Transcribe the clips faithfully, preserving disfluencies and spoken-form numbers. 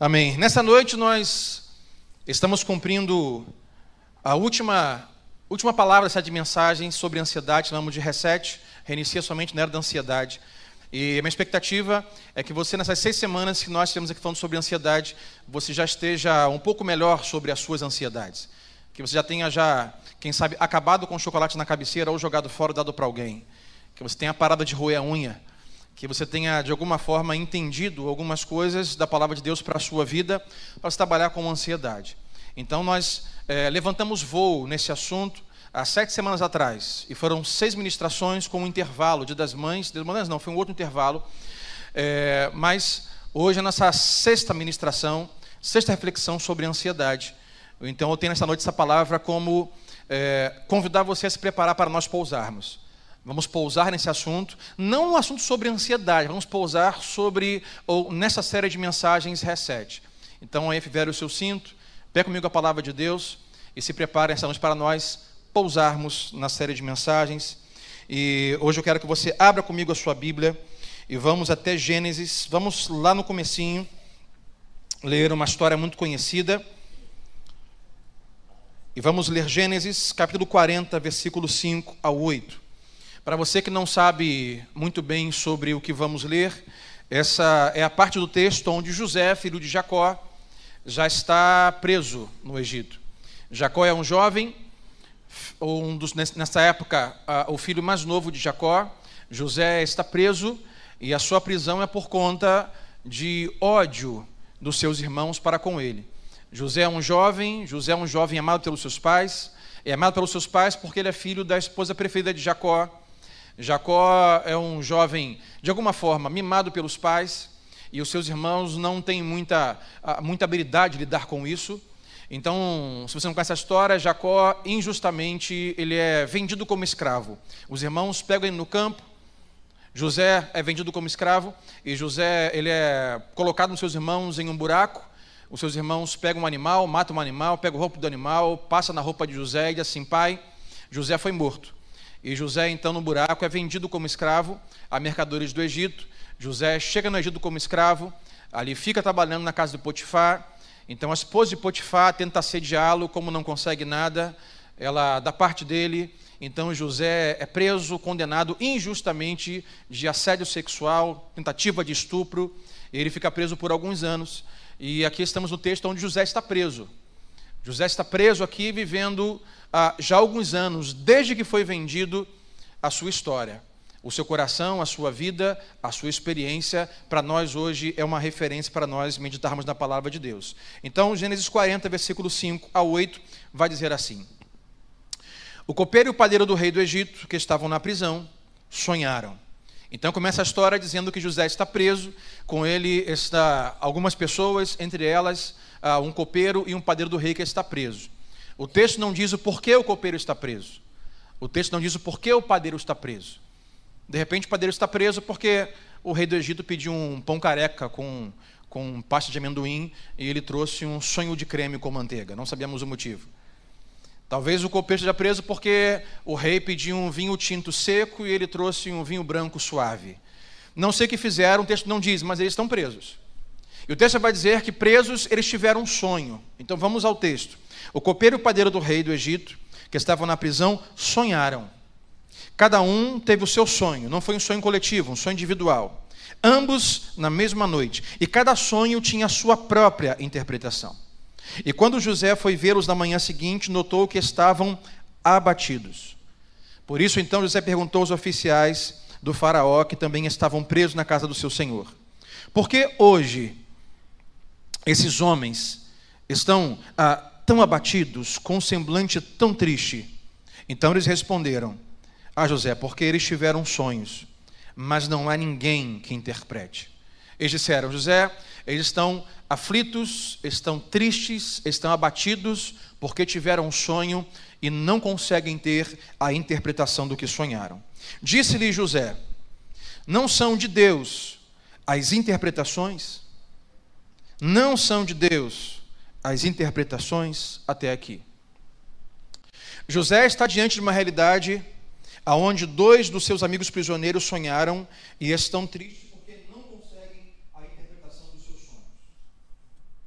Amém. Nessa noite nós estamos cumprindo a última, última palavra dessa de mensagem sobre ansiedade, chamamos de reset, reinicia somente na era da ansiedade. E a minha expectativa é que você, nessas seis semanas que nós estivemos aqui falando sobre ansiedade, você já esteja um pouco melhor sobre as suas ansiedades. Que você já tenha, já, quem sabe, acabado com o chocolate na cabeceira ou jogado fora, dado para alguém. Que você tenha parado de roer a unha. Que você tenha, de alguma forma, entendido algumas coisas da palavra de Deus para a sua vida, para se trabalhar com ansiedade. Então, nós é, levantamos voo nesse assunto há sete semanas atrás, e foram seis ministrações com um intervalo, Dia das Mães, Dia das Mães não, foi um outro intervalo, é, mas hoje é a nossa sexta ministração, sexta reflexão sobre ansiedade. Então, eu tenho nessa noite essa palavra como é, convidar você a se preparar para nós pousarmos. Vamos pousar nesse assunto, não um assunto sobre ansiedade, vamos pousar sobre, ou nessa série de mensagens Reset. Então, aí, fivere o seu cinto, pega comigo a palavra de Deus e se prepare essa noite para nós pousarmos na série de mensagens. E hoje eu quero que você abra comigo a sua Bíblia e vamos até Gênesis, vamos lá no comecinho, ler uma história muito conhecida. E vamos ler Gênesis, capítulo quarenta, versículos cinco ao oito. Para você que não sabe muito bem sobre o que vamos ler, essa é a parte do texto onde José, filho de Jacó, já está preso no Egito. Jacó é um jovem, um dos, nessa época, o filho mais novo de Jacó. José está preso e a sua prisão é por conta de ódio dos seus irmãos para com ele. José é um jovem, José é um jovem amado pelos seus pais, é amado pelos seus pais porque ele é filho da esposa preferida de Jacó. Jacó é um jovem, de alguma forma, mimado pelos pais, e os seus irmãos não têm muita, muita habilidade de lidar com isso. Então, se você não conhece a história, Jacó, injustamente, ele é vendido como escravo. Os irmãos pegam ele no campo, José é vendido como escravo, e José ele é colocado nos seus irmãos em um buraco. Os seus irmãos pegam um animal, matam um animal, pegam a roupa do animal, passam na roupa de José e dizem assim: pai, José foi morto. E José, então, no buraco, é vendido como escravo a mercadores do Egito. José chega no Egito como escravo, ali fica trabalhando na casa de Potifar. Então, a esposa de Potifar tenta assediá-lo, como não consegue nada, ela dá parte dele. Então, José é preso, condenado injustamente de assédio sexual, tentativa de estupro. Ele fica preso por alguns anos. E aqui estamos no texto onde José está preso. José está preso aqui, vivendo há já alguns anos, desde que foi vendido, a sua história. O seu coração, a sua vida, a sua experiência, para nós hoje é uma referência para nós meditarmos na palavra de Deus. Então, Gênesis quarenta, versículos cinco a oito, vai dizer assim: o copeiro e o padeiro do rei do Egito, que estavam na prisão, sonharam. Então começa a história dizendo que José está preso, com ele está algumas pessoas, entre elas um copeiro e um padeiro do rei que está preso. O texto não diz o porquê o copeiro está preso. O texto não diz o porquê o padeiro está preso. De repente o padeiro está preso porque o rei do Egito pediu um pão careca com, com pasta de amendoim e ele trouxe um sonho de creme com manteiga. Não sabíamos o motivo. Talvez o copeiro esteja preso porque o rei pediu um vinho tinto seco e ele trouxe um vinho branco suave. Não sei o que fizeram, o texto não diz, mas eles estão presos. E o texto vai dizer que presos eles tiveram um sonho. Então vamos ao texto. O copeiro e o padeiro do rei do Egito, que estavam na prisão, sonharam. Cada um teve o seu sonho, não foi um sonho coletivo, um sonho individual. Ambos na mesma noite. E cada sonho tinha a sua própria interpretação. E quando José foi vê-los na manhã seguinte, notou que estavam abatidos. Por isso, então, José perguntou aos oficiais do faraó, que também estavam presos na casa do seu senhor: por que hoje esses homens estão ah, tão abatidos, com um semblante tão triste? Então eles responderam a José: porque eles tiveram sonhos, mas não há ninguém que interprete. Eles disseram: José, eles estão aflitos, estão tristes, estão abatidos, porque tiveram um sonho e não conseguem ter a interpretação do que sonharam. Disse-lhe José: não são de Deus as interpretações? Não são de Deus as interpretações até aqui. José está diante de uma realidade aonde dois dos seus amigos prisioneiros sonharam e estão tristes porque não conseguem a interpretação dos seus sonhos.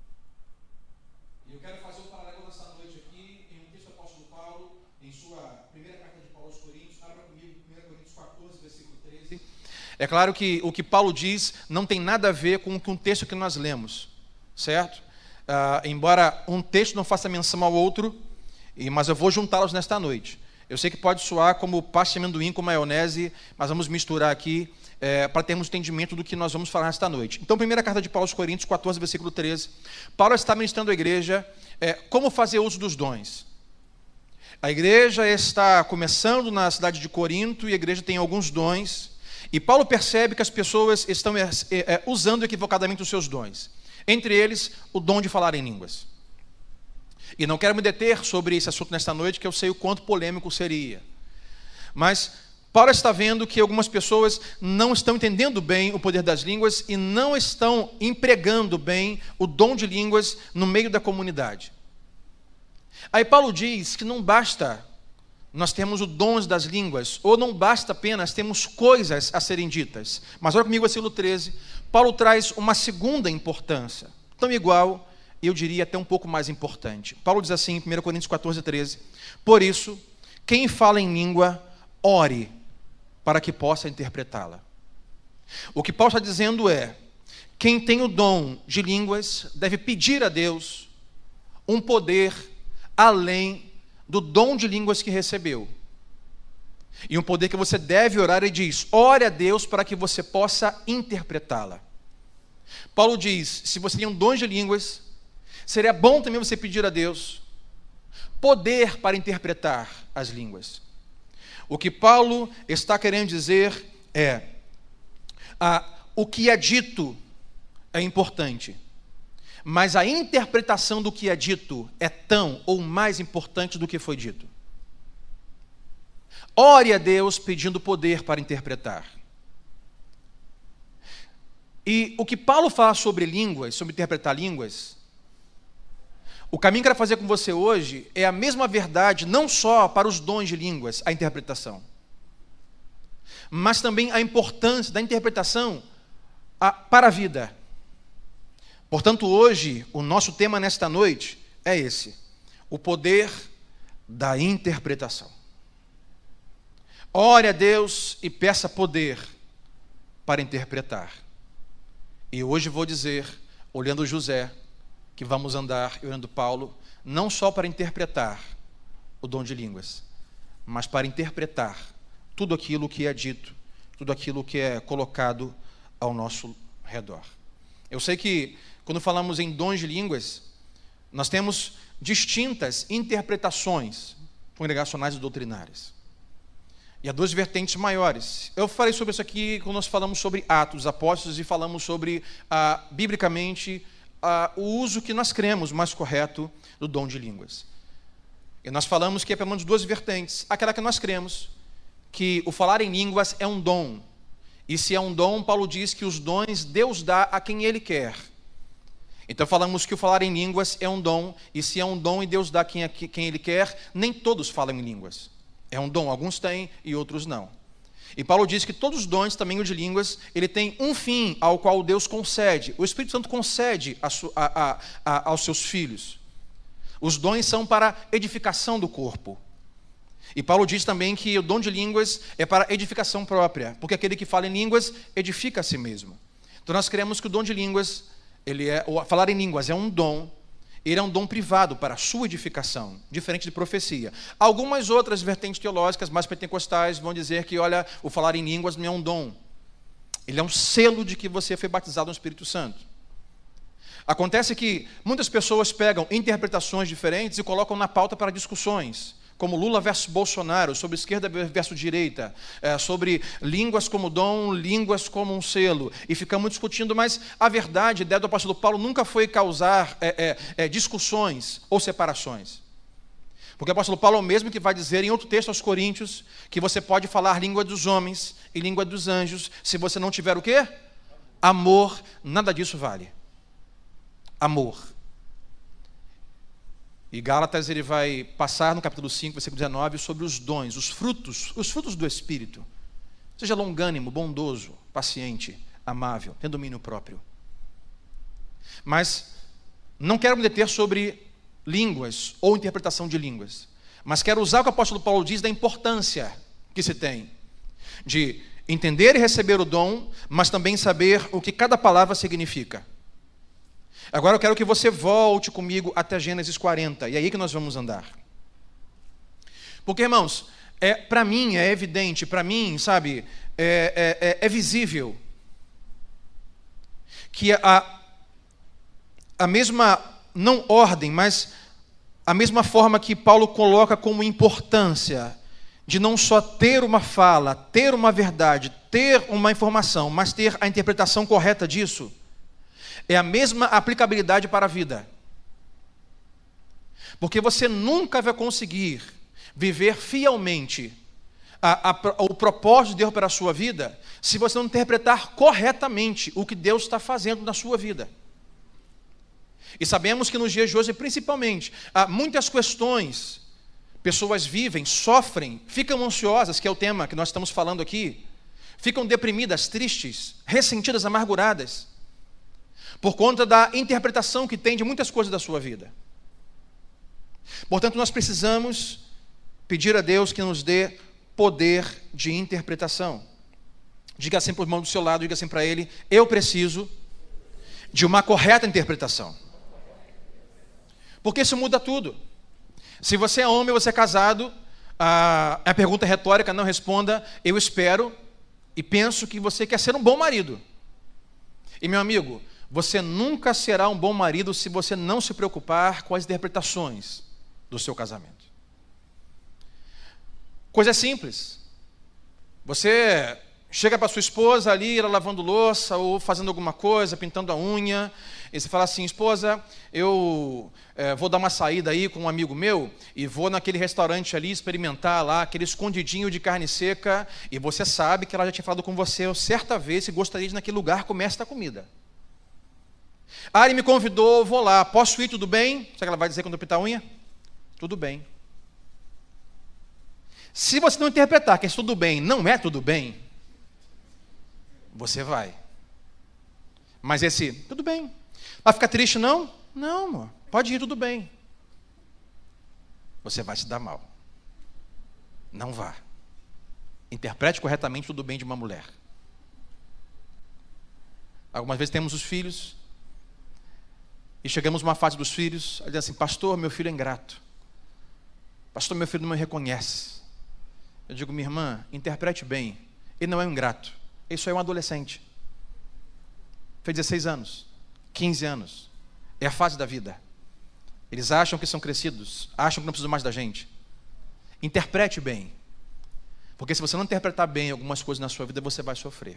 É claro que o que Paulo diz não tem nada a ver com o texto que nós lemos, certo? Ah, embora um texto não faça menção ao outro, e, mas eu vou juntá-los nesta noite. Eu sei que pode soar como pasta de amendoim com maionese, mas vamos misturar aqui é, para termos entendimento do que nós vamos falar nesta noite. Então, primeira carta de Paulo aos Coríntios, quatorze, versículo treze. Paulo está ministrando à igreja é, como fazer uso dos dons. A igreja está começando na cidade de Corinto e a igreja tem alguns dons. E Paulo percebe que as pessoas estão é, é, usando equivocadamente os seus dons. Entre eles, o dom de falar em línguas. E não quero me deter sobre esse assunto nesta noite, que eu sei o quanto polêmico seria. Mas Paulo está vendo que algumas pessoas não estão entendendo bem o poder das línguas e não estão empregando bem o dom de línguas no meio da comunidade. Aí Paulo diz que não basta nós termos o dom das línguas, ou não basta apenas termos coisas a serem ditas. Mas olha comigo o versículo treze, Paulo traz uma segunda importância, tão igual, eu diria até um pouco mais importante. Paulo diz assim em primeira Coríntios quatorze, treze, por isso, quem fala em língua, ore para que possa interpretá-la. O que Paulo está dizendo é, quem tem o dom de línguas deve pedir a Deus um poder além do dom de línguas que recebeu. E um poder que você deve orar, e diz, ore a Deus para que você possa interpretá-la. Paulo diz, se você tem um dom de línguas, seria bom também você pedir a Deus poder para interpretar as línguas. O que Paulo está querendo dizer é, ah, o que é dito é importante, mas a interpretação do que é dito é tão ou mais importante do que foi dito. Ore a Deus pedindo poder para interpretar. E o que Paulo fala sobre línguas, sobre interpretar línguas, o caminho que eu quero fazer com você hoje é a mesma verdade, não só para os dons de línguas, a interpretação, mas também a importância da interpretação a, para a vida. Portanto, hoje, o nosso tema nesta noite é esse, o poder da interpretação. Ore a Deus e peça poder para interpretar. E hoje vou dizer, olhando José, que vamos andar, eu olhando Paulo, não só para interpretar o dom de línguas, mas para interpretar tudo aquilo que é dito, tudo aquilo que é colocado ao nosso redor. Eu sei que quando falamos em dons de línguas, nós temos distintas interpretações congregacionais e doutrinárias. E há duas vertentes maiores. Eu falei sobre isso aqui quando nós falamos sobre Atos dos Apóstolos e falamos sobre, ah, biblicamente, ah, o uso que nós cremos mais correto do dom de línguas. E nós falamos que é pelo menos duas vertentes. Aquela que nós cremos, que o falar em línguas é um dom. E se é um dom, Paulo diz que os dons Deus dá a quem Ele quer. Então falamos que o falar em línguas é um dom, e se é um dom e Deus dá a quem, quem Ele quer, nem todos falam em línguas. É um dom, alguns têm e outros não. E Paulo diz que todos os dons, também o de línguas, ele tem um fim ao qual Deus concede. O Espírito Santo concede a, a, a, a, aos seus filhos. Os dons são para edificação do corpo. E Paulo diz também que o dom de línguas é para edificação própria, porque aquele que fala em línguas edifica a si mesmo. Então nós cremos que o dom de línguas, ele é, ou falar em línguas é um dom, ele é um dom privado para a sua edificação, diferente de profecia. Algumas outras vertentes teológicas mais pentecostais vão dizer que, olha, o falar em línguas não é um dom. Ele é um selo de que você foi batizado no Espírito Santo. Acontece que muitas pessoas pegam interpretações diferentes e colocam na pauta para discussões, como Lula versus Bolsonaro, sobre esquerda versus direita, é, sobre línguas como dom, línguas como um selo, e ficamos discutindo, mas a verdade, a ideia do apóstolo Paulo nunca foi causar é, é, é, discussões ou separações. Porque o apóstolo Paulo é o mesmo que vai dizer em outro texto aos Coríntios, que você pode falar língua dos homens e língua dos anjos, se você não tiver o quê? Amor, nada disso vale. Amor. E Gálatas ele vai passar no capítulo cinco, versículo dezenove, sobre os dons, os frutos, os frutos do Espírito. Seja longânimo, bondoso, paciente, amável, tem domínio próprio. Mas não quero me deter sobre línguas ou interpretação de línguas, mas quero usar o que o apóstolo Paulo diz da importância que se tem de entender e receber o dom, mas também saber o que cada palavra significa. Agora eu quero que você volte comigo até Gênesis quarenta, e é aí que nós vamos andar. Porque, irmãos, é, para mim é evidente, para mim, sabe, é, é, é, é visível que a, a mesma, não ordem, mas a mesma forma que Paulo coloca como importância de não só ter uma fala, ter uma verdade, ter uma informação, mas ter a interpretação correta disso, é a mesma aplicabilidade para a vida. Porque você nunca vai conseguir viver fielmente a, a, o propósito de Deus para a sua vida se você não interpretar corretamente o que Deus está fazendo na sua vida. E sabemos que nos dias de hoje, principalmente, há muitas questões, pessoas vivem, sofrem, ficam ansiosas, que é o tema que nós estamos falando aqui, ficam deprimidas, tristes, ressentidas, amarguradas, por conta da interpretação que tem de muitas coisas da sua vida. Portanto, nós precisamos pedir a Deus que nos dê poder de interpretação. Diga assim para o irmão do seu lado, diga assim para ele: eu preciso de uma correta interpretação. Porque isso muda tudo. Se você é homem ou você é casado, a, a pergunta retórica, não responda, eu espero e penso que você quer ser um bom marido. E meu amigo, você nunca será um bom marido se você não se preocupar com as interpretações do seu casamento. Coisa simples. Você chega para sua esposa ali, ela lavando louça ou fazendo alguma coisa, pintando a unha, e você fala assim: esposa, eu é, vou dar uma saída aí com um amigo meu e vou naquele restaurante ali experimentar lá aquele escondidinho de carne seca, e você sabe que ela já tinha falado com você certa vez se gostaria de ir naquele lugar comer esta comida. Ah, ele me convidou, eu vou lá, posso ir, tudo bem? Sabe o que ela vai dizer quando eu pintar a unha? Tudo bem. Se você não interpretar que é tudo bem, não é tudo bem, você vai. Mas esse, tudo bem. Vai ficar triste, não? Não, amor. Pode ir, tudo bem. Você vai se dar mal. Não vá. Interprete corretamente tudo bem de uma mulher. Algumas vezes temos os filhos e chegamos numa fase dos filhos, aí diz assim: pastor, meu filho é ingrato. Pastor, meu filho não me reconhece. Eu digo: minha irmã, interprete bem. Ele não é um ingrato. Ele só é um adolescente. Fez dezesseis anos, quinze anos. É a fase da vida. Eles acham que são crescidos, acham que não precisam mais da gente. Interprete bem. Porque se você não interpretar bem algumas coisas na sua vida, você vai sofrer.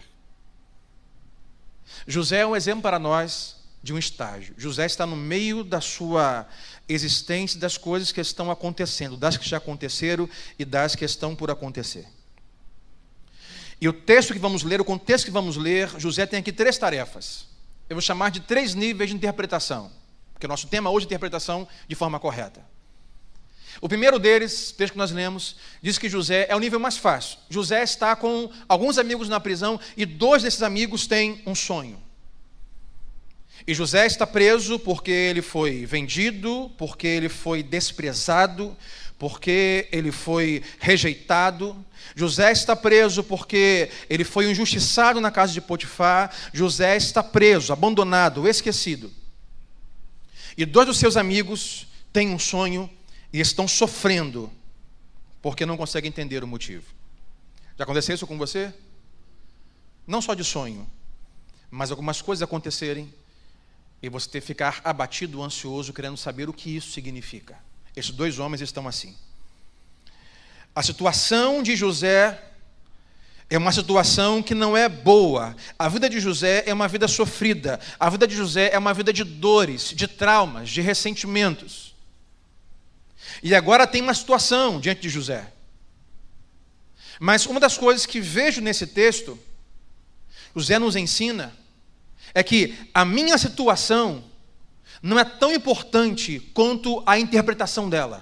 José é um exemplo para nós de um estágio. José está no meio da sua existência, das coisas que estão acontecendo, das que já aconteceram e das que estão por acontecer. E o texto que vamos ler, o contexto que vamos ler, José tem aqui três tarefas. Eu vou chamar de três níveis de interpretação, porque o nosso tema hoje é interpretação de forma correta. O primeiro deles, o texto que nós lemos, diz que José é o nível mais fácil. José está com alguns amigos na prisão e dois desses amigos têm um sonho. E José está preso porque ele foi vendido, porque ele foi desprezado, porque ele foi rejeitado. José está preso porque ele foi injustiçado na casa de Potifar. José está preso, abandonado, esquecido. E dois dos seus amigos têm um sonho e estão sofrendo porque não conseguem entender o motivo. Já aconteceu isso com você? Não só de sonho, mas algumas coisas acontecerem e você ter que ficar abatido, ansioso, querendo saber o que isso significa. Esses dois homens estão assim. A situação de José é uma situação que não é boa. A vida de José é uma vida sofrida. A vida de José é uma vida de dores, de traumas, de ressentimentos. E agora tem uma situação diante de José. Mas uma das coisas que vejo nesse texto, José nos ensina, é que a minha situação não é tão importante quanto a interpretação dela.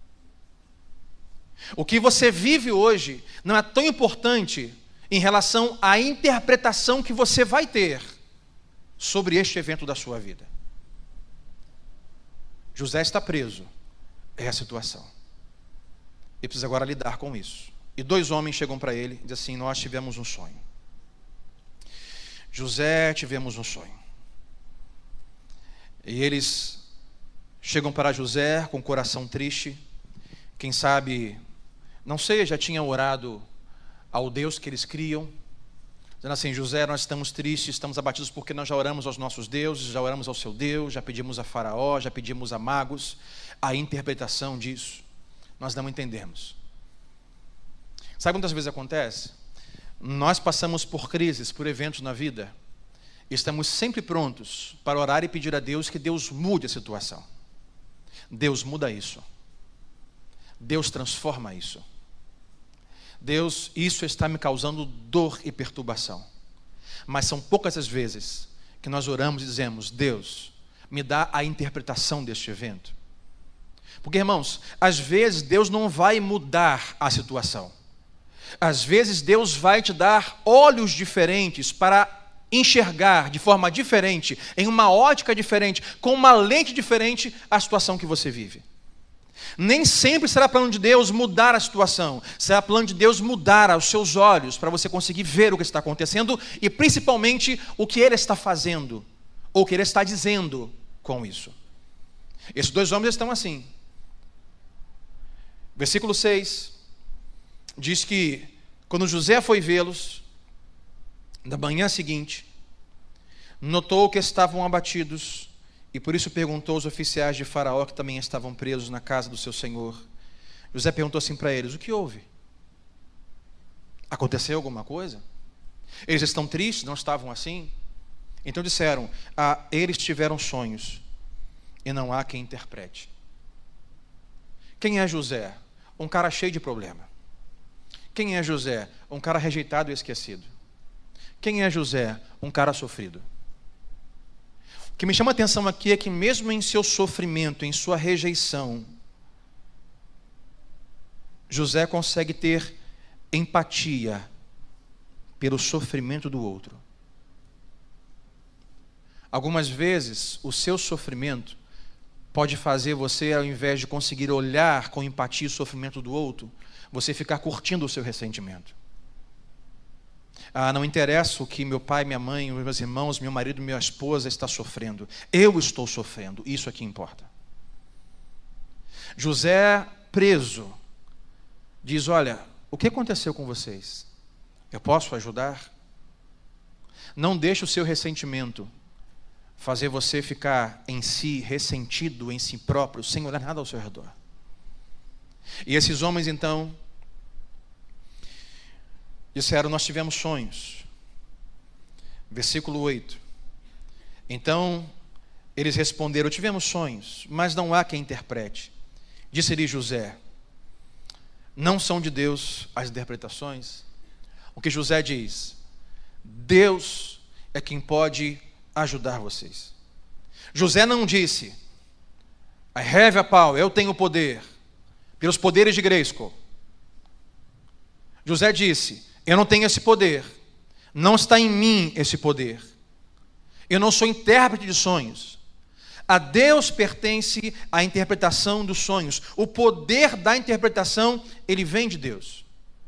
O que você vive hoje não é tão importante em relação à interpretação que você vai ter sobre este evento da sua vida. José está preso, é a situação. Ele precisa agora lidar com isso. e dois homens chegam para ele e dizem assim: nós tivemos um sonho. José, tivemos um sonho. E eles chegam para José com o coração triste. Quem sabe, não sei, já tinham orado ao Deus que eles criam, dizendo assim: José, nós estamos tristes, estamos abatidos porque nós já oramos aos nossos deuses, já oramos ao seu Deus, já pedimos a Faraó, já pedimos a magos. A interpretação disso nós não entendemos. Sabe quantas vezes acontece? Nós passamos por crises, por eventos na vida, e estamos sempre prontos para orar e pedir a Deus que Deus mude a situação. Deus muda isso. Deus transforma isso. Deus, isso está me causando dor e perturbação. Mas são poucas as vezes que nós oramos e dizemos: Deus, me dá a interpretação deste evento. Porque, irmãos, às vezes Deus não vai mudar a situação. Às vezes Deus vai te dar olhos diferentes para enxergar de forma diferente, em uma ótica diferente, com uma lente diferente, a situação que você vive. Nem sempre será plano de Deus mudar a situação, será plano de Deus mudar os seus olhos para você conseguir ver o que está acontecendo e principalmente o que Ele está fazendo, ou o que Ele está dizendo com isso. Esses dois homens estão assim. Versículo seis diz que quando José foi vê-los, na manhã seguinte, notou que estavam abatidos e por isso perguntou aos oficiais de Faraó, que também estavam presos na casa do seu senhor. José perguntou assim para eles: o que houve? Aconteceu alguma coisa? Eles estão tristes, não estavam assim? Então disseram: ah, eles tiveram sonhos e não há quem interprete. Quem é José? Um cara cheio de problema. Quem é José? Um cara rejeitado e esquecido. Quem é José? Um cara sofrido. O que me chama a atenção aqui é que mesmo em seu sofrimento, em sua rejeição, José consegue ter empatia pelo sofrimento do outro. Algumas vezes, o seu sofrimento pode fazer você, ao invés de conseguir olhar com empatia o sofrimento do outro, você ficar curtindo o seu ressentimento. Ah, não interessa o que meu pai, minha mãe, meus irmãos, meu marido, minha esposa está sofrendo. Eu estou sofrendo, isso é que importa. José, preso, diz: olha, o que aconteceu com vocês? Eu posso ajudar? Não deixe o seu ressentimento fazer você ficar em si, ressentido em si próprio, sem olhar nada ao seu redor. E esses homens então disseram: nós tivemos sonhos. Versículo oito. Então eles responderam: tivemos sonhos, mas não há quem interprete. Disse-lhe José: não são de Deus as interpretações? O que José diz: Deus é quem pode ajudar vocês. José não disse: I have a power, eu tenho poder, pelos poderes de Grayskull. José disse: eu não tenho esse poder, não está em mim esse poder, eu não sou intérprete de sonhos. A Deus pertence a interpretação dos sonhos. O poder da interpretação, ele vem de Deus.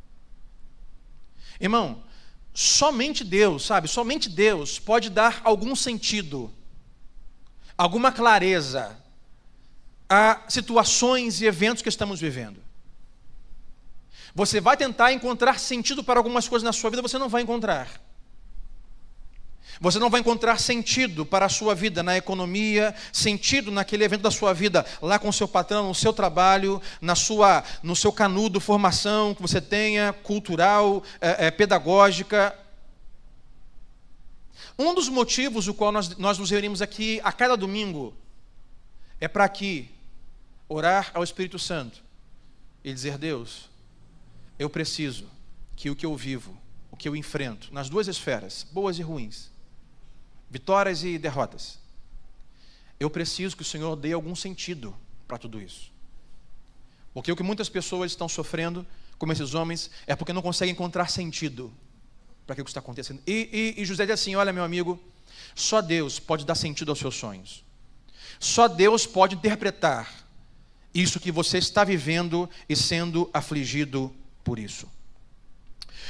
Irmão, somente Deus, sabe? Somente Deus pode dar algum sentido, alguma clareza a situações e eventos que estamos vivendo. Você vai tentar encontrar sentido para algumas coisas na sua vida, você não vai encontrar. Você não vai encontrar sentido para a sua vida na economia, sentido naquele evento da sua vida, lá com o seu patrão, no seu trabalho, na sua, no seu canudo, formação que você tenha, cultural, é, é, pedagógica. Um dos motivos o qual nós, nós nos reunimos aqui a cada domingo é para aqui orar ao Espírito Santo e dizer: Deus, eu preciso que o que eu vivo, o que eu enfrento, nas duas esferas, boas e ruins, vitórias e derrotas, eu preciso que o Senhor dê algum sentido para tudo isso. Porque o que muitas pessoas estão sofrendo, como esses homens, é porque não conseguem encontrar sentido para aquilo que está acontecendo. E, e, e José diz assim: olha, meu amigo, só Deus pode dar sentido aos seus sonhos. Só Deus pode interpretar isso que você está vivendo e sendo afligido por isso.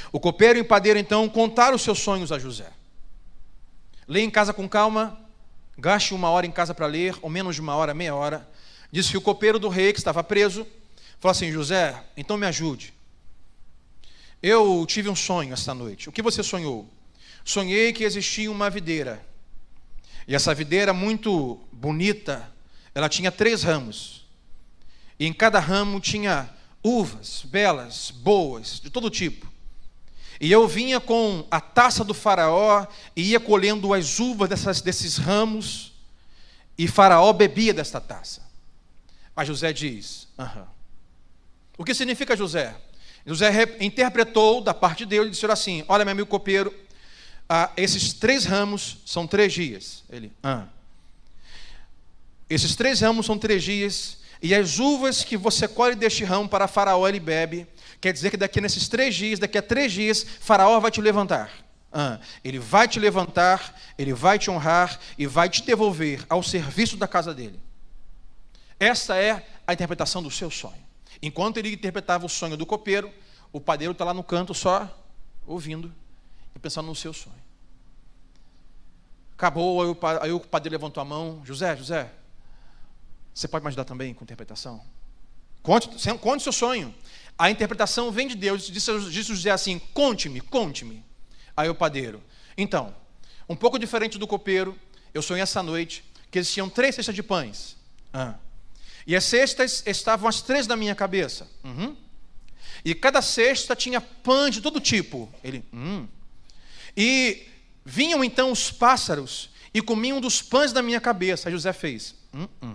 O copeiro e o padeiro, então, contaram os seus sonhos a José. Leia em casa com calma, gaste uma hora em casa para ler, ou menos de uma hora, meia hora. Disse que o copeiro do rei, que estava preso, falou assim: José, então me ajude. Eu tive um sonho esta noite. O que você sonhou? Sonhei que existia uma videira. E essa videira muito bonita, ela tinha três ramos. E em cada ramo tinha uvas belas, boas, de todo tipo. E eu vinha com a taça do faraó e ia colhendo as uvas dessas, desses ramos, e faraó bebia desta taça. Mas José diz: aham. O que significa José? José interpretou da parte dele e disse assim: olha, meu amigo copeiro, ah, esses três ramos são três dias. Ele, ah. Esses três ramos são três dias, e as uvas que você colhe deste ramo para faraó ele bebe. Quer dizer que daqui nesses três dias, daqui a três dias, faraó vai te levantar. Ah, ele vai te levantar, ele vai te honrar e vai te devolver ao serviço da casa dele. Essa é a interpretação do seu sonho. Enquanto ele interpretava o sonho do copeiro, o padeiro está lá no canto só ouvindo e pensando no seu sonho. Acabou, aí o, aí o padeiro levantou a mão: José, José, você pode me ajudar também com a interpretação? Conte, conte o seu sonho. A interpretação vem de Deus. Disse, disse José assim: conte-me, conte-me. Aí o padeiro: então, um pouco diferente do copeiro, eu sonhei essa noite que existiam três cestas de pães. Ah. E as cestas estavam as três na minha cabeça. Uhum. E cada cesta tinha pães de todo tipo. Ele, hum. E vinham então os pássaros e comiam dos pães da minha cabeça. Aí José fez, hum, hum.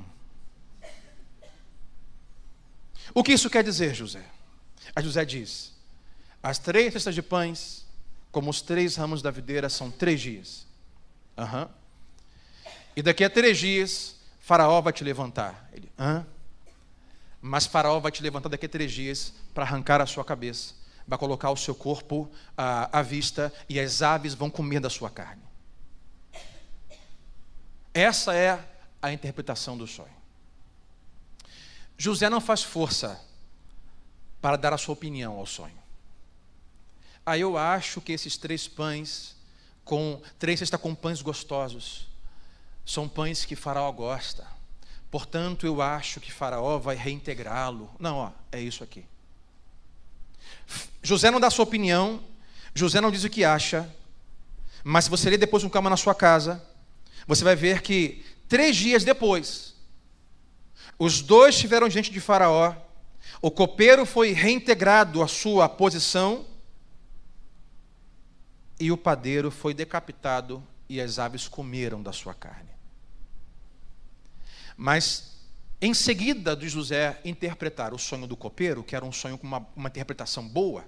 O que isso quer dizer, José? Aí José diz: as três cestas de pães, como os três ramos da videira, são três dias. Uhum. E daqui a três dias, Faraó vai te levantar. Ele, hã? Mas Faraó vai te levantar daqui a três dias para arrancar a sua cabeça, vai colocar o seu corpo à, à vista e as aves vão comer da sua carne. Essa é a interpretação do sonho. José não faz força para dar a sua opinião ao sonho. Aí eu acho que esses três pães, com três cestas com pães gostosos, são pães que Faraó gosta. Portanto, eu acho que Faraó vai reintegrá-lo. Não, ó, é isso aqui. José não dá a sua opinião, José não diz o que acha, mas se você ler depois com calma na sua casa, você vai ver que três dias depois, os dois estiveram diante de Faraó, o copeiro foi reintegrado à sua posição e o padeiro foi decapitado e as aves comeram da sua carne. Mas, em seguida de José interpretar o sonho do copeiro, que era um sonho com uma, uma interpretação boa,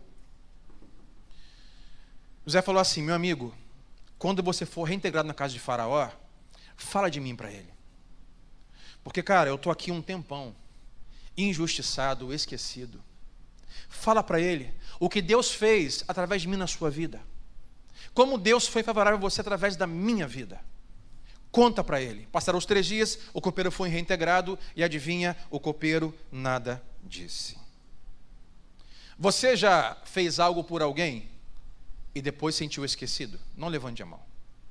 José falou assim: meu amigo, quando você for reintegrado na casa de Faraó, fala de mim para ele. Porque, cara, eu estou aqui um tempão, injustiçado, esquecido. Fala para ele o que Deus fez através de mim na sua vida. Como Deus foi favorável a você através da minha vida. Conta para ele. Passaram os três dias, o copeiro foi reintegrado e adivinha, o copeiro nada disse. Você já fez algo por alguém e depois sentiu esquecido? Não levante a mão.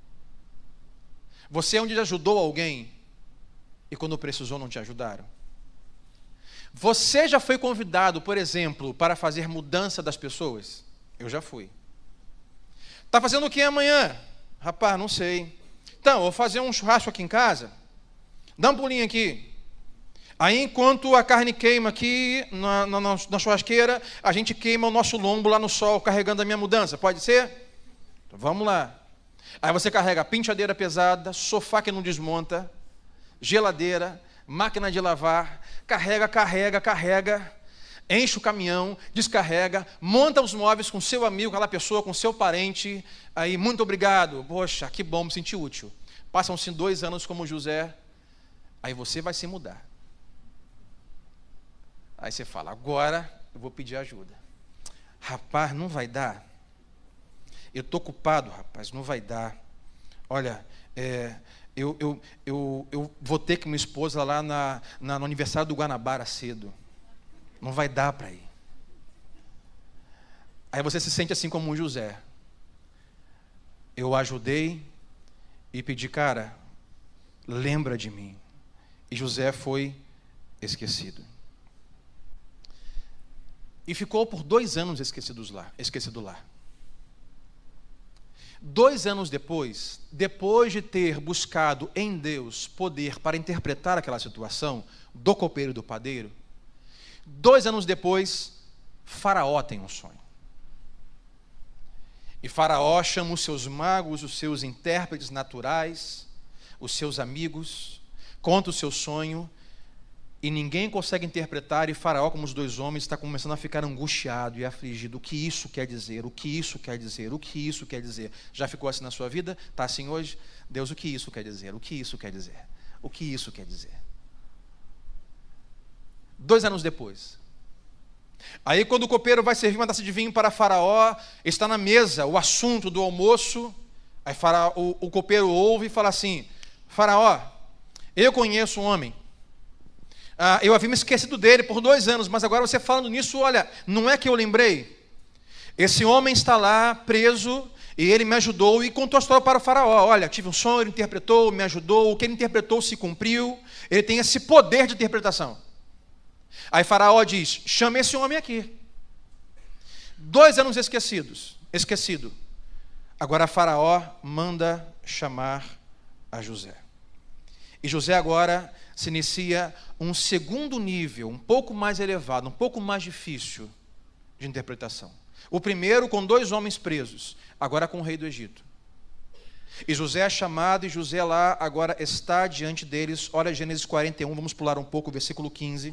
Você onde ajudou alguém e quando precisou não te ajudaram? Você já foi convidado, por exemplo, para fazer mudança das pessoas? Eu já fui. Está fazendo o que amanhã? Rapaz, não sei. Então, vou fazer um churrasco aqui em casa. Dá um pulinho aqui. Aí, enquanto a carne queima aqui na, na, na churrasqueira, a gente queima o nosso lombo lá no sol, carregando a minha mudança. Pode ser? Então, vamos lá. Aí você carrega a penteadeira pesada, sofá que não desmonta, geladeira, máquina de lavar, carrega, carrega, carrega, enche o caminhão, descarrega, monta os móveis com seu amigo, aquela pessoa, com seu parente. Aí, muito obrigado. Poxa, que bom, me senti útil. Passam-se dois anos como José, aí você vai se mudar. Aí você fala, agora eu vou pedir ajuda. Rapaz, não vai dar. Eu estou ocupado, rapaz, não vai dar. Olha, é, eu, eu, eu, eu vou ter que minha esposa lá na, na, no aniversário do Guanabara cedo. Não vai dar para ir. Aí você se sente assim como um José. Eu ajudei e pedi, cara, lembra de mim. E José foi esquecido. E ficou por dois anos esquecidos lá, esquecido lá. Dois anos depois, depois de ter buscado em Deus poder para interpretar aquela situação do copeiro e do padeiro, dois anos depois, Faraó tem um sonho. E Faraó chama os seus magos, os seus intérpretes naturais, os seus amigos, conta o seu sonho, e ninguém consegue interpretar, e Faraó, como os dois homens, está começando a ficar angustiado e afligido. O que isso quer dizer? O que isso quer dizer? O que isso quer dizer? Já ficou assim na sua vida? Está assim hoje? Deus, o que isso quer dizer? O que isso quer dizer? O que isso quer dizer? Dois anos depois. Aí quando o copeiro vai servir uma taça de vinho para Faraó, está na mesa o assunto do almoço, aí Faraó, o, o copeiro ouve e fala assim, Faraó, eu conheço um homem, ah, eu havia me esquecido dele por dois anos, mas agora você falando nisso, olha, não é que eu lembrei, esse homem está lá preso, e ele me ajudou e contou a história para o Faraó, olha, tive um sonho, ele interpretou, me ajudou, o que ele interpretou se cumpriu, ele tem esse poder de interpretação. Aí Faraó diz, chama esse homem aqui. Dois anos esquecidos, esquecido. Agora Faraó manda chamar a José. E José agora se inicia um segundo nível, um pouco mais elevado, um pouco mais difícil de interpretação. O primeiro com dois homens presos, agora com o rei do Egito. E José é chamado, e José lá agora está diante deles. Olha Gênesis quarenta e um, vamos pular um pouco, versículo quinze.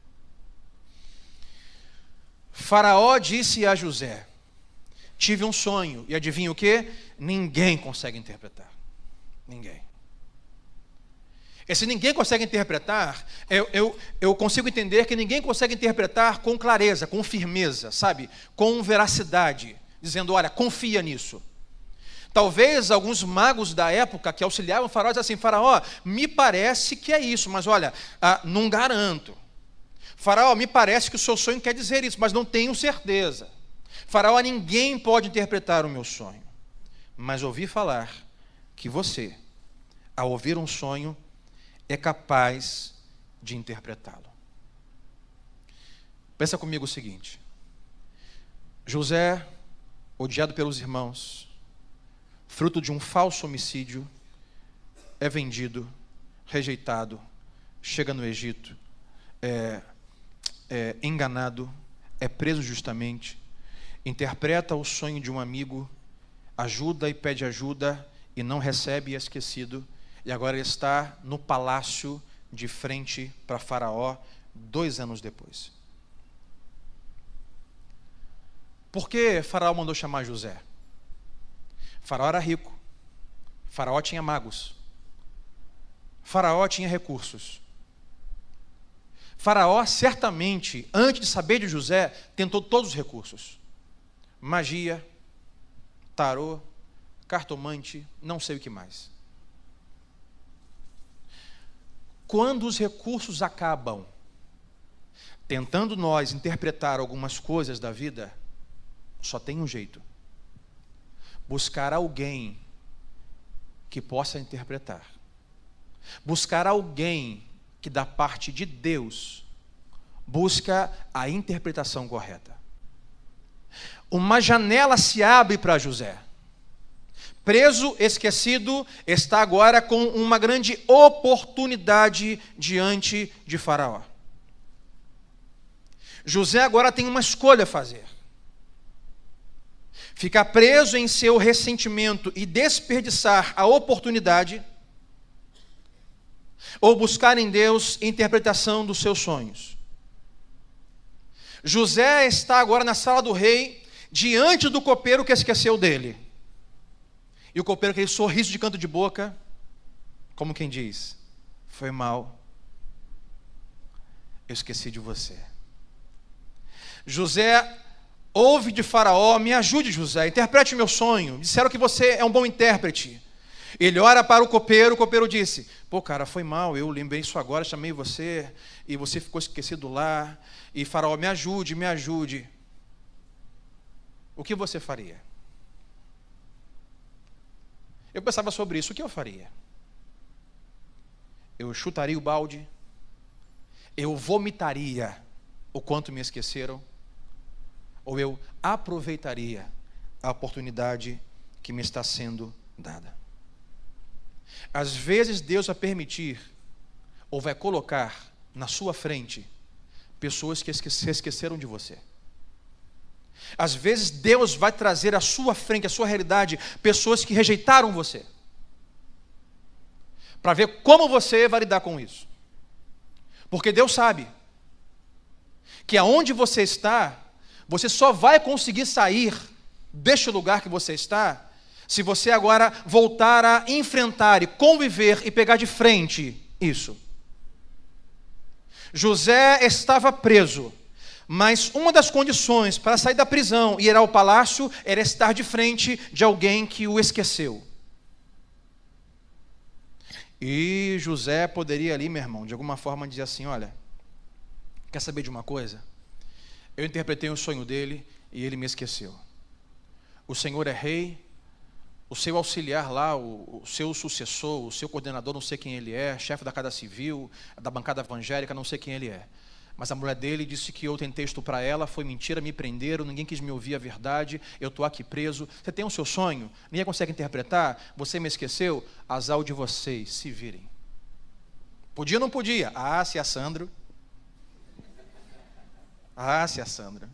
Faraó disse a José, tive um sonho, e adivinha o quê? Ninguém consegue interpretar. Ninguém. Esse ninguém consegue interpretar, eu, eu, eu consigo entender que ninguém consegue interpretar com clareza, com firmeza, sabe? Com veracidade, dizendo, olha, confia nisso. Talvez alguns magos da época que auxiliavam o Faraó dizem assim, Faraó, me parece que é isso, mas olha, ah, não garanto. Faraó, me parece que o seu sonho quer dizer isso, mas não tenho certeza. Faraó, ninguém pode interpretar o meu sonho. Mas ouvi falar que você, ao ouvir um sonho, é capaz de interpretá-lo. Pensa comigo o seguinte. José, odiado pelos irmãos, fruto de um falso homicídio, é vendido, rejeitado, chega no Egito, é... É enganado, é preso justamente, interpreta o sonho de um amigo, ajuda e pede ajuda, e não recebe e é esquecido, e agora ele está no palácio de frente para Faraó, dois anos depois. Por que Faraó mandou chamar José? Faraó era rico, Faraó tinha magos, Faraó tinha recursos. Faraó, certamente, antes de saber de José, tentou todos os recursos. Magia, tarô, cartomante, não sei o que mais. Quando os recursos acabam, tentando nós interpretar algumas coisas da vida, só tem um jeito. Buscar alguém que possa interpretar. Buscar alguém que da parte de Deus busca a interpretação correta. Uma janela se abre para José. Preso, esquecido, está agora com uma grande oportunidade diante de Faraó. José agora tem uma escolha a fazer. Ficar preso em seu ressentimento e desperdiçar a oportunidade, ou buscar em Deus interpretação dos seus sonhos. José está agora na sala do rei, diante do copeiro que esqueceu dele. E o copeiro, aquele sorriso de canto de boca, como quem diz, foi mal, eu esqueci de você. José ouve de Faraó, me ajude José, interprete o meu sonho, disseram que você é um bom intérprete. Ele ora para o copeiro, o copeiro disse, pô cara, foi mal, eu lembrei isso agora, chamei você, e você ficou esquecido lá, e Faraó, me ajude, me ajude. o que você faria? Eu pensava sobre isso, o que eu faria? Eu chutaria o balde? Eu vomitaria o quanto me esqueceram? Ou eu aproveitaria a oportunidade que me está sendo dada? Às vezes Deus vai permitir, ou vai colocar na sua frente, pessoas que se esqueceram de você. Às vezes Deus vai trazer à sua frente, à sua realidade, pessoas que rejeitaram você, para ver como você vai lidar com isso. Porque Deus sabe que aonde você está, você só vai conseguir sair deste lugar que você está, se você agora voltar a enfrentar e conviver e pegar de frente isso. José estava preso, mas uma das condições para sair da prisão e ir ao palácio era estar de frente de alguém que o esqueceu. E José poderia ali, meu irmão, de alguma forma dizer assim: olha, quer saber de uma coisa? Eu interpretei um sonho dele e ele me esqueceu. O Senhor é rei, o seu auxiliar lá, o, o seu sucessor, o seu coordenador, não sei quem ele é, chefe da Casa Civil, da bancada evangélica, não sei quem ele é. Mas a mulher dele disse que eu tentei estuprar ela, foi mentira, me prenderam, ninguém quis me ouvir a verdade, eu estou aqui preso. Você tem o seu sonho? Ninguém consegue interpretar? Você me esqueceu? Azar de vocês, se virem. Podia ou não podia? Ah, se a Sandro. Ah, se a Sandra.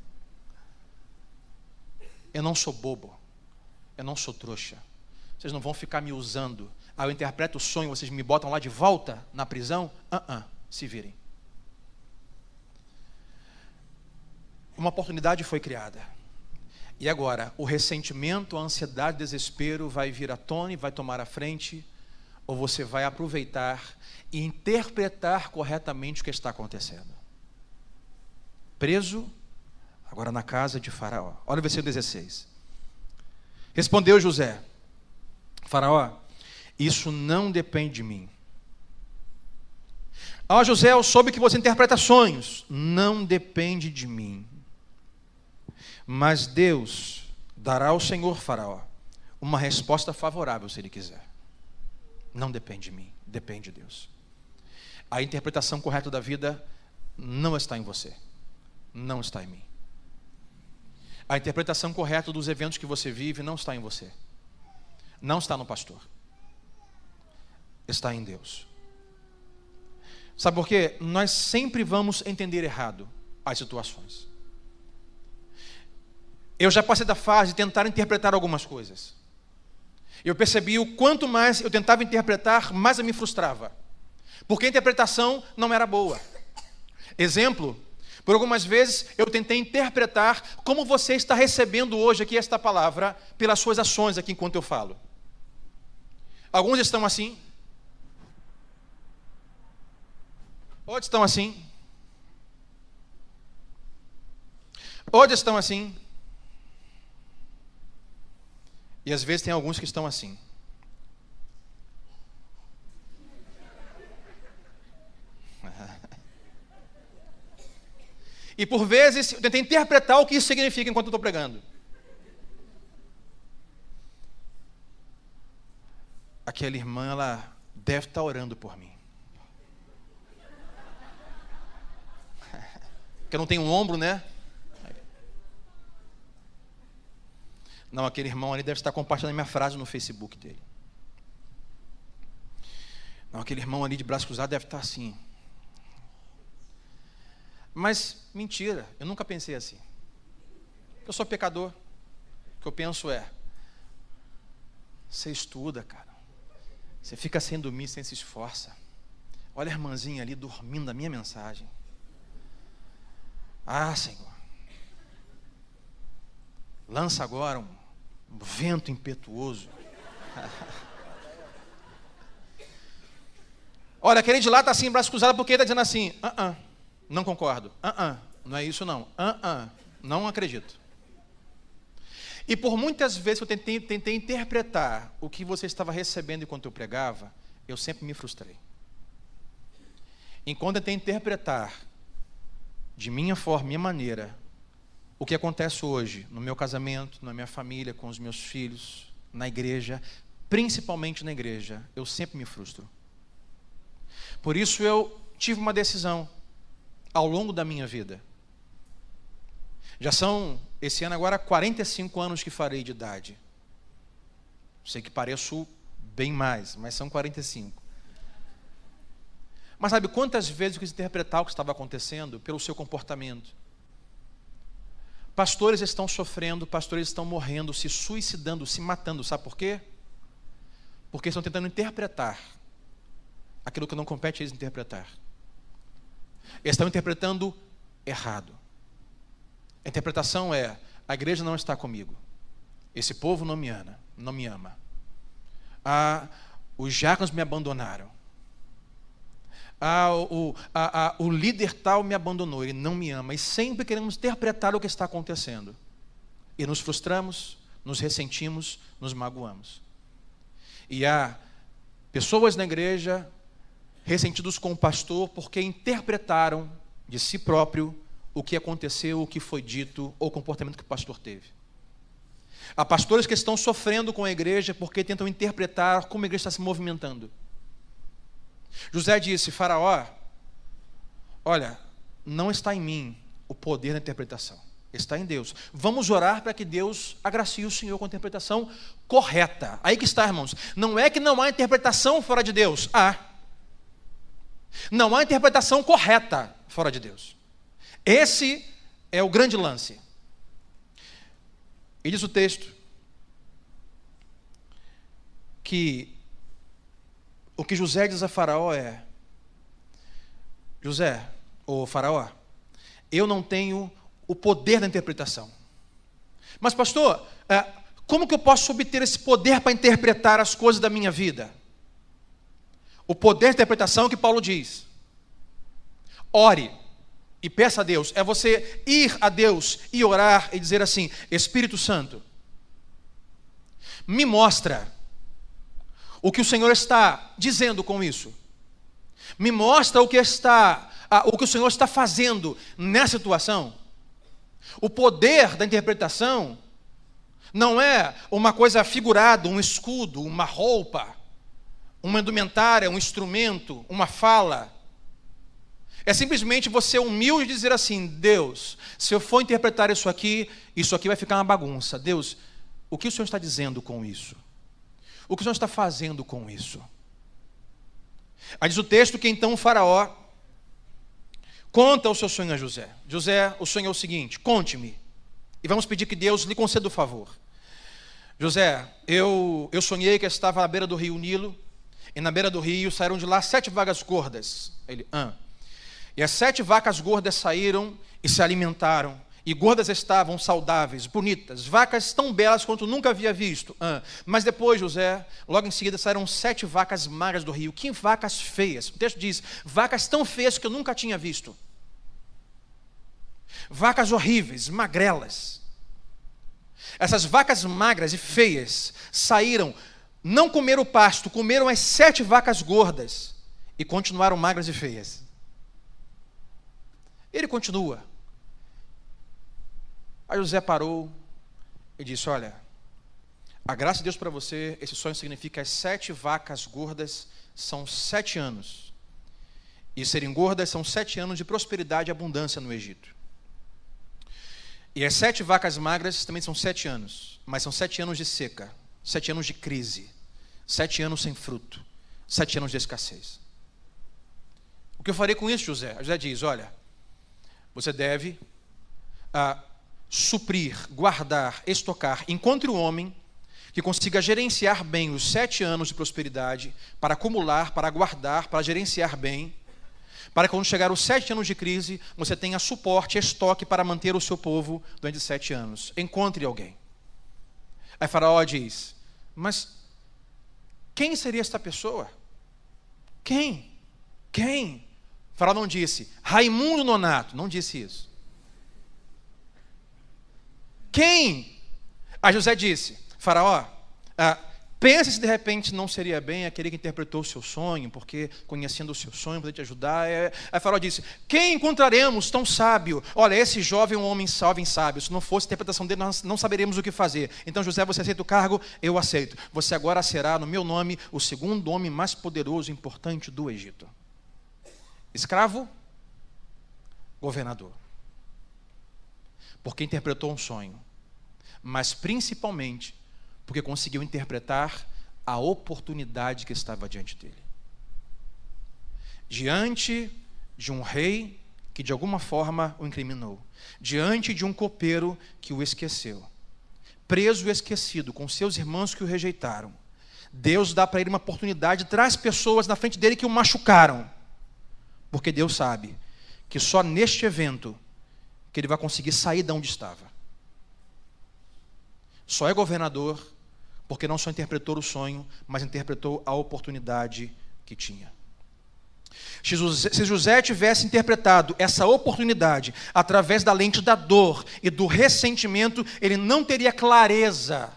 Eu não sou bobo. Eu não sou trouxa. Vocês não vão ficar me usando. Ah, eu interpreto o sonho, vocês me botam lá de volta na prisão? Ah, uh-uh, se virem. Uma oportunidade foi criada. E agora, o ressentimento, a ansiedade, o desespero vai vir à tona e vai tomar a frente, ou você vai aproveitar e interpretar corretamente o que está acontecendo. Preso, agora na casa de Faraó. Olha o versículo dezesseis. Respondeu José: Faraó, isso não depende de mim. Ó José, eu soube que você interpreta sonhos. Não depende de mim. Mas Deus dará ao Senhor Faraó uma resposta favorável se ele quiser. Não depende de mim, depende de Deus. A interpretação correta da vida não está em você, não está em mim. A interpretação correta dos eventos que você vive não está em você, não está no pastor, está em Deus. Sabe por quê? Nós sempre vamos entender errado as situações. Eu já passei da fase de tentar interpretar algumas coisas. Eu percebi o quanto mais eu tentava interpretar, mais eu me frustrava, porque a interpretação não era boa. Exemplo, por algumas vezes eu tentei interpretar como você está recebendo hoje aqui esta palavra pelas suas ações aqui enquanto eu falo. Alguns estão assim, outros estão assim, outros estão assim, e às vezes tem alguns que estão assim. E por vezes eu tentei interpretar o que isso significa enquanto eu estou pregando. Aquela irmã, ela deve estar orando por mim. Porque eu não tenho um ombro, né? Não, aquele irmão ali deve estar compartilhando minha frase no Facebook dele. Não, aquele irmão ali de braço cruzado deve estar assim. Mas, mentira, eu nunca pensei assim. Eu sou pecador. O que eu penso é: você estuda, cara. Você fica sem dormir, sem se esforça. Olha a irmãzinha ali dormindo a minha mensagem. Ah, Senhor. Lança agora um, um vento impetuoso. Olha, aquele de lá está assim, braço cruzado, porque ele está dizendo assim: ah, uh-uh. Não concordo. Ah, uh-uh. Não é isso não. Ah, uh-uh. Não acredito. E por muitas vezes eu tentei, tentei interpretar o que você estava recebendo enquanto eu pregava, eu sempre me frustrei. Enquanto eu tentei interpretar de minha forma, minha maneira, o que acontece hoje no meu casamento, na minha família, com os meus filhos, na igreja, principalmente na igreja, eu sempre me frustro. Por isso eu tive uma decisão ao longo da minha vida. Já são, esse ano agora, quarenta e cinco anos que farei de idade. Sei que pareço bem mais, mas são quarenta e cinco. Mas sabe quantas vezes eu quis interpretar o que estava acontecendo pelo seu comportamento? Pastores estão sofrendo, pastores estão morrendo, se suicidando, se matando. Sabe por quê? Porque estão tentando interpretar aquilo que não compete a eles interpretar. Eles estão interpretando errado. A interpretação é: a igreja não está comigo. Esse povo não me ama. Não me ama. Ah, os diáconos me abandonaram. Ah, o, a, a, o líder tal me abandonou, ele não me ama. E sempre queremos interpretar o que está acontecendo. E nos frustramos, nos ressentimos, nos magoamos. E há pessoas na igreja ressentidos com o pastor porque interpretaram de si próprio o que aconteceu, o que foi dito, ou o comportamento que o pastor teve. Há pastores que estão sofrendo com a igreja porque tentam interpretar como a igreja está se movimentando. José disse: Faraó, olha, não está em mim o poder da interpretação, está em Deus. Vamos orar para que Deus agracie o Senhor com a interpretação correta. Aí que está, irmãos. Não é que não há interpretação fora de Deus. Há. Não há interpretação correta fora de Deus. Esse é o grande lance. E diz o texto que o que José diz a Faraó é: José, ou Faraó, eu não tenho o poder da interpretação. Mas pastor, como que eu posso obter esse poder para interpretar as coisas da minha vida? O poder de interpretação que Paulo diz: ore e peça a Deus. É você ir a Deus e orar e dizer assim: Espírito Santo, me mostra o que o Senhor está dizendo com isso. Me mostra o que está, o que o Senhor está fazendo nessa situação. O poder da interpretação não é uma coisa figurada, um escudo, uma roupa, uma indumentária, um instrumento, uma fala. É simplesmente você humilde dizer assim: Deus, se eu for interpretar isso aqui, isso aqui vai ficar uma bagunça. Deus, o que o Senhor está dizendo com isso? O que o Senhor está fazendo com isso? Aí diz o texto que então o Faraó conta o seu sonho a José. José, o sonho é o seguinte: conte-me, e vamos pedir que Deus lhe conceda o favor. José, eu, eu sonhei que eu estava à beira do rio Nilo, e na beira do rio saíram de lá sete vacas gordas. Ele, ah. E as sete vacas gordas saíram e se alimentaram. E gordas estavam, saudáveis, bonitas, vacas tão belas quanto nunca havia visto. Ah, mas depois, José, logo em seguida saíram sete vacas magras do rio. Que vacas feias. O texto diz: vacas tão feias que eu nunca tinha visto. Vacas horríveis, magrelas. Essas vacas magras e feias saíram, não comeram o pasto, comeram as sete vacas gordas e continuaram magras e feias. Ele continua. Aí José parou e disse: olha, a graça de Deus para você, esse sonho significa as sete vacas gordas são sete anos. E serem gordas são sete anos de prosperidade e abundância no Egito. E as sete vacas magras também são sete anos, mas são sete anos de seca, sete anos de crise, sete anos sem fruto, sete anos de escassez. O que eu farei com isso, José? José diz: olha, você deve ah, suprir, guardar, estocar. Encontre um homem que consiga gerenciar bem os sete anos de prosperidade, para acumular, para guardar, para gerenciar bem, para que quando chegar os sete anos de crise, você tenha suporte, estoque para manter o seu povo durante sete anos. Encontre alguém. Aí Faraó diz: mas quem seria esta pessoa? Quem? Quem? Faraó não disse Raimundo Nonato, não disse isso. Quem? Aí José disse: Faraó, ah, Pensa se de repente não seria bem aquele que interpretou o seu sonho, porque conhecendo o seu sonho, poder te ajudar. É... Aí Faraó disse: quem encontraremos tão sábio? Olha, esse jovem é um homem jovem sábio. Se não fosse a interpretação dele, nós não saberíamos o que fazer. Então, José, você aceita o cargo? Eu aceito. Você agora será, no meu nome, o segundo homem mais poderoso e importante do Egito. Escravo, governador. Porque interpretou um sonho, mas principalmente porque conseguiu interpretar a oportunidade que estava diante dele. Diante de um rei que de alguma forma o incriminou, diante de um copeiro que o esqueceu, preso e esquecido, com seus irmãos que o rejeitaram, Deus dá para ele uma oportunidade, traz pessoas na frente dele que o machucaram, porque Deus sabe que só neste evento que ele vai conseguir sair de onde estava. Só é governador porque não só interpretou o sonho, mas interpretou a oportunidade que tinha. Se José tivesse interpretado essa oportunidade através da lente da dor e do ressentimento, ele não teria clareza,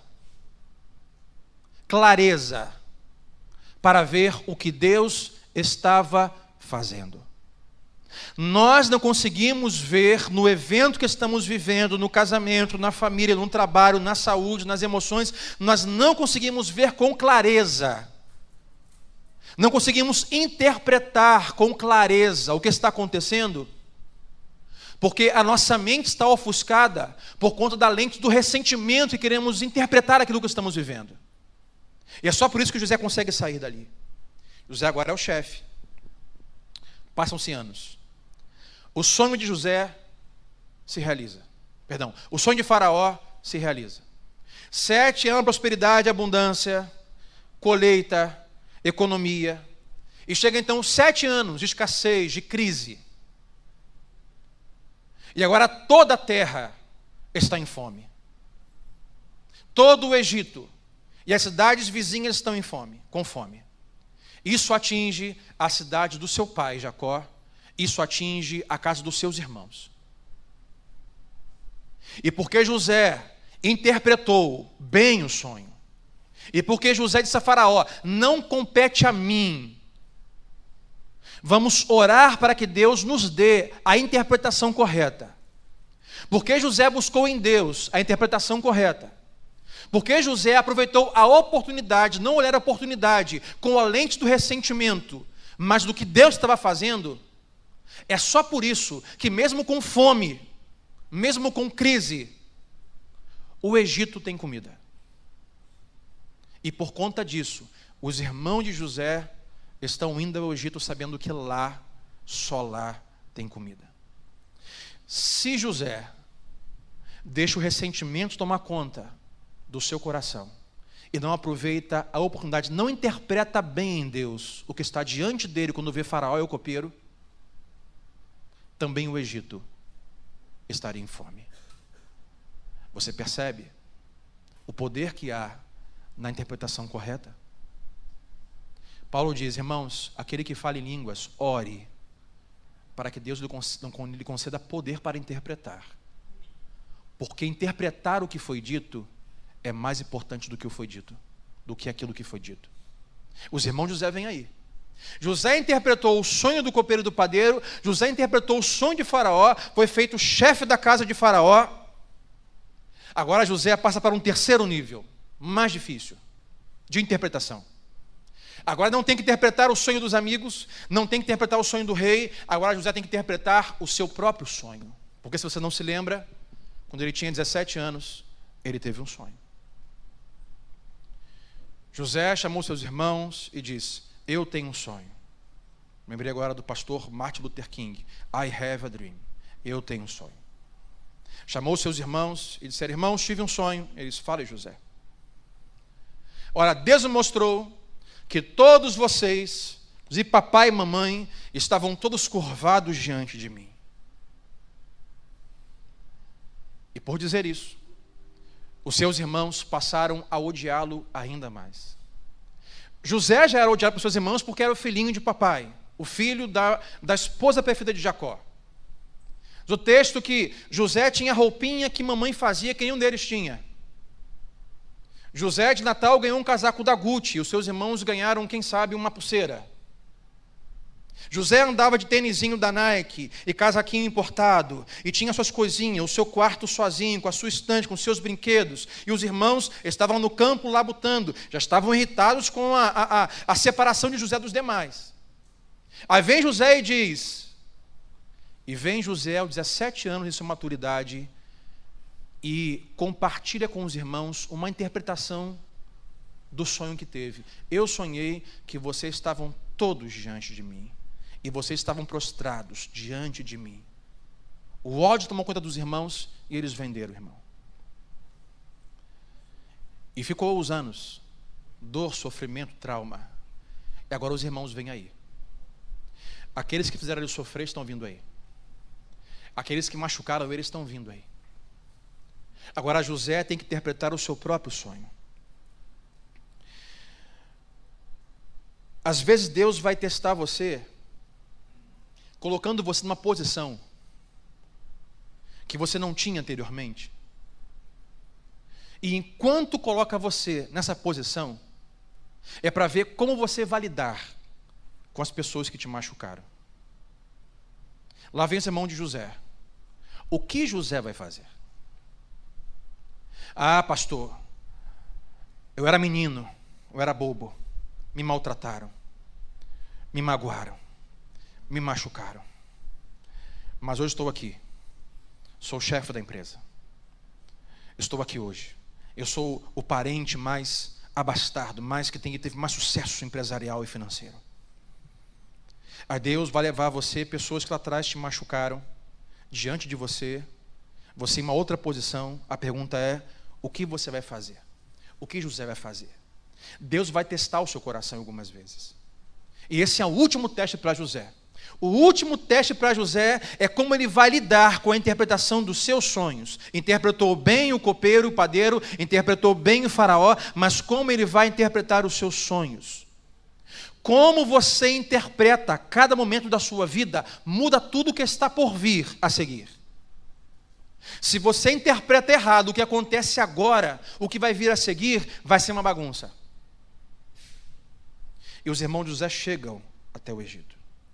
clareza, para ver o que Deus estava fazendo. Nós não conseguimos ver no evento que estamos vivendo, no casamento, na família, no trabalho, na saúde, nas emoções, nós não conseguimos ver com clareza. Não conseguimos interpretar com clareza o que está acontecendo, porque a nossa mente está ofuscada por conta da lente do ressentimento e queremos interpretar aquilo que estamos vivendo. E é só por isso que José consegue sair dali. José agora é o chefe. Passam-se anos. O sonho de José se realiza. Perdão, o sonho de Faraó se realiza. Sete anos de prosperidade, abundância, colheita, economia. E chega então sete anos de escassez, de crise. E agora toda a terra está em fome. Todo o Egito e as cidades vizinhas estão em fome, com fome. Isso atinge a cidade do seu pai, Jacó. Isso atinge a casa dos seus irmãos. E porque José interpretou bem o sonho, e porque José disse a Faraó: não compete a mim, vamos orar para que Deus nos dê a interpretação correta. Porque José buscou em Deus a interpretação correta. Porque José aproveitou a oportunidade, não olhar a oportunidade com a lente do ressentimento, mas do que Deus estava fazendo. É só por isso que mesmo com fome, mesmo com crise, o Egito tem comida. E por conta disso, os irmãos de José estão indo ao Egito sabendo que lá, só lá tem comida. Se José deixa o ressentimento tomar conta do seu coração e não aproveita a oportunidade, não interpreta bem em Deus o que está diante dele quando vê Faraó e o copeiro, também o Egito estaria em fome. Você percebe o poder que há na interpretação correta? Paulo diz: irmãos, aquele que fala em línguas, ore para que Deus lhe conceda poder para interpretar. Porque interpretar o que foi dito é mais importante do que o foi dito, do que aquilo que foi dito. Os irmãos de José vêm aí. José interpretou o sonho do copeiro e do padeiro, José interpretou o sonho de Faraó, foi feito chefe da casa de Faraó. Agora José passa para um terceiro nível, mais difícil, de interpretação. Agora não tem que interpretar o sonho dos amigos, não tem que interpretar o sonho do rei, agora José tem que interpretar o seu próprio sonho. Porque se você não se lembra, quando ele tinha dezessete anos, ele teve um sonho. José chamou seus irmãos e disse: eu tenho um sonho. Lembrei agora do pastor Martin Luther King. I have a dream. Eu tenho um sonho. Chamou seus irmãos e disseram: irmãos, tive um sonho. Eles: fale, José. Ora, Deus me mostrou que todos vocês, e papai e mamãe, estavam todos curvados diante de mim. E por dizer isso, os seus irmãos passaram a odiá-lo ainda mais. José já era odiado por seus irmãos porque era o filhinho de papai, o filho da, da esposa perfeita de Jacó. Do texto que José tinha a roupinha que mamãe fazia, que nenhum deles tinha. José de Natal ganhou um casaco da Gucci, e os seus irmãos ganharam, quem sabe, uma pulseira. José andava de tênisinho da Nike e casaquinho importado, e tinha suas coisinhas, o seu quarto sozinho, com a sua estante, com seus brinquedos, e os irmãos estavam no campo labutando, já estavam irritados com a, a, a, a separação de José dos demais. Aí vem José e diz, e vem José aos dezessete anos de sua maturidade, e compartilha com os irmãos uma interpretação do sonho que teve. Eu sonhei que vocês estavam todos diante de mim, e vocês estavam prostrados diante de mim. O ódio tomou conta dos irmãos e eles venderam o irmão. E ficou os anos, dor, sofrimento, trauma. E agora os irmãos vêm aí. Aqueles que fizeram ele sofrer estão vindo aí. Aqueles que machucaram ele estão vindo aí. Agora José tem que interpretar o seu próprio sonho. Às vezes Deus vai testar você, colocando você numa posição que você não tinha anteriormente. E enquanto coloca você nessa posição, é para ver como você vai lidar com as pessoas que te machucaram. Lá vem o sermão de José. O que José vai fazer? Ah, pastor, eu era menino, eu era bobo, me maltrataram, me magoaram, me machucaram. Mas hoje estou aqui, sou o chefe da empresa. Estou aqui hoje. Eu sou o parente mais abastado, mais que tem, teve mais sucesso empresarial e financeiro. Aí Deus vai levar você, pessoas que lá atrás te machucaram, diante de você, você em uma outra posição. A pergunta é, o que você vai fazer? O que José vai fazer? Deus vai testar o seu coração algumas vezes. E esse é o último teste para José. O último teste para José é como ele vai lidar com a interpretação dos seus sonhos. Interpretou bem o copeiro, o padeiro, interpretou bem o faraó, mas como ele vai interpretar os seus sonhos? Como você interpreta cada momento da sua vida, muda tudo que está por vir a seguir. Se você interpreta errado o que acontece agora, o que vai vir a seguir vai ser uma bagunça. E os irmãos de José chegam até o Egito.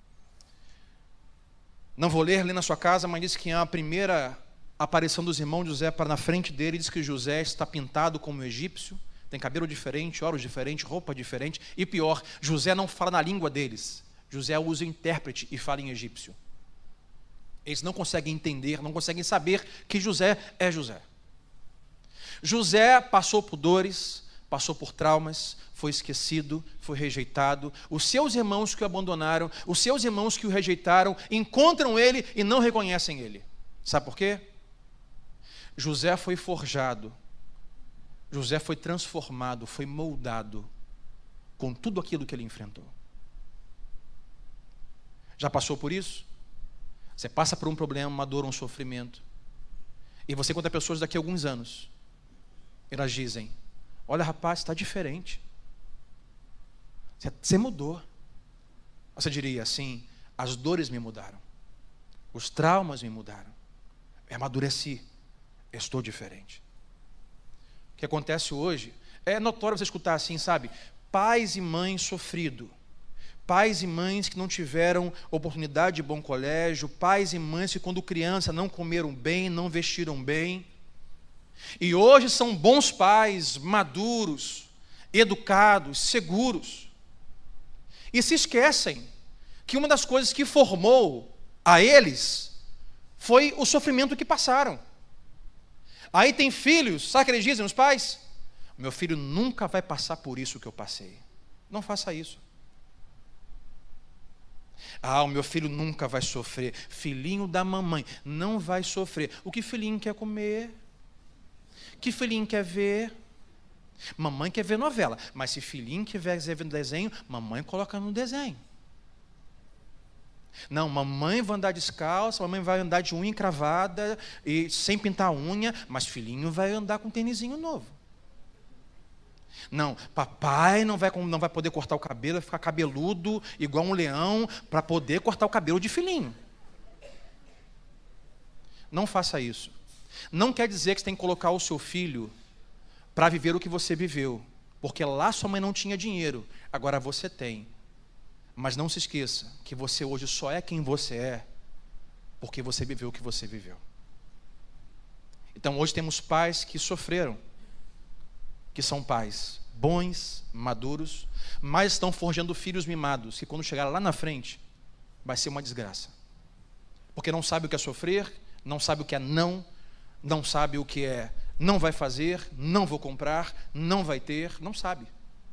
Não vou ler, ler na sua casa, mas diz que a primeira aparição dos irmãos de José para na frente dele, diz que José está pintado como egípcio, tem cabelo diferente, olhos diferentes, roupa diferente, e pior, José não fala na língua deles. José usa intérprete e fala em egípcio. Eles não conseguem entender, não conseguem saber que José é José. José passou por dores, passou por traumas, foi esquecido, foi rejeitado. Os seus irmãos que o abandonaram, os seus irmãos que o rejeitaram, encontram ele e não reconhecem ele. Sabe por quê? José foi forjado, José foi transformado, foi moldado com tudo aquilo que ele enfrentou. Já passou por isso? Você passa por um problema, uma dor, um sofrimento, e você encontra pessoas daqui a alguns anos, elas dizem, olha rapaz, está diferente, você mudou. Você diria assim, as dores me mudaram, os traumas me mudaram, eu amadureci, eu estou diferente. O que acontece hoje, é notório você escutar assim, sabe, pais e mães sofridos, pais e mães que não tiveram oportunidade de bom colégio, pais e mães que quando criança não comeram bem, não vestiram bem, e hoje são bons pais, maduros, educados, seguros, e se esquecem que uma das coisas que formou a eles foi o sofrimento que passaram. Aí tem filhos, sabe o que eles dizem, os pais? Meu filho nunca vai passar por isso que eu passei. Não faça isso. Ah, o meu filho nunca vai sofrer. Filhinho da mamãe não vai sofrer. O que filhinho quer comer? Que filhinho quer ver? Mamãe quer ver novela, mas se filhinho quiser ver desenho, mamãe coloca no desenho. Não, mamãe vai andar descalça, mamãe vai andar de unha encravada e sem pintar a unha, mas filhinho vai andar com um tênisinho novo. Não, papai não vai, não vai poder cortar o cabelo, vai ficar cabeludo igual um leão para poder cortar o cabelo de filhinho. Não faça isso. Não quer dizer que você tem que colocar o seu filho para viver o que você viveu, porque lá sua mãe não tinha dinheiro, agora você tem. Mas não se esqueça que você hoje só é quem você é, porque você viveu o que você viveu. Então hoje temos pais que sofreram, que são pais bons, maduros, mas estão forjando filhos mimados, que quando chegar lá na frente, vai ser uma desgraça. Porque não sabe o que é sofrer, não sabe o que é não, não sabe o que é não vai fazer, não vou comprar, não vai ter, não sabe.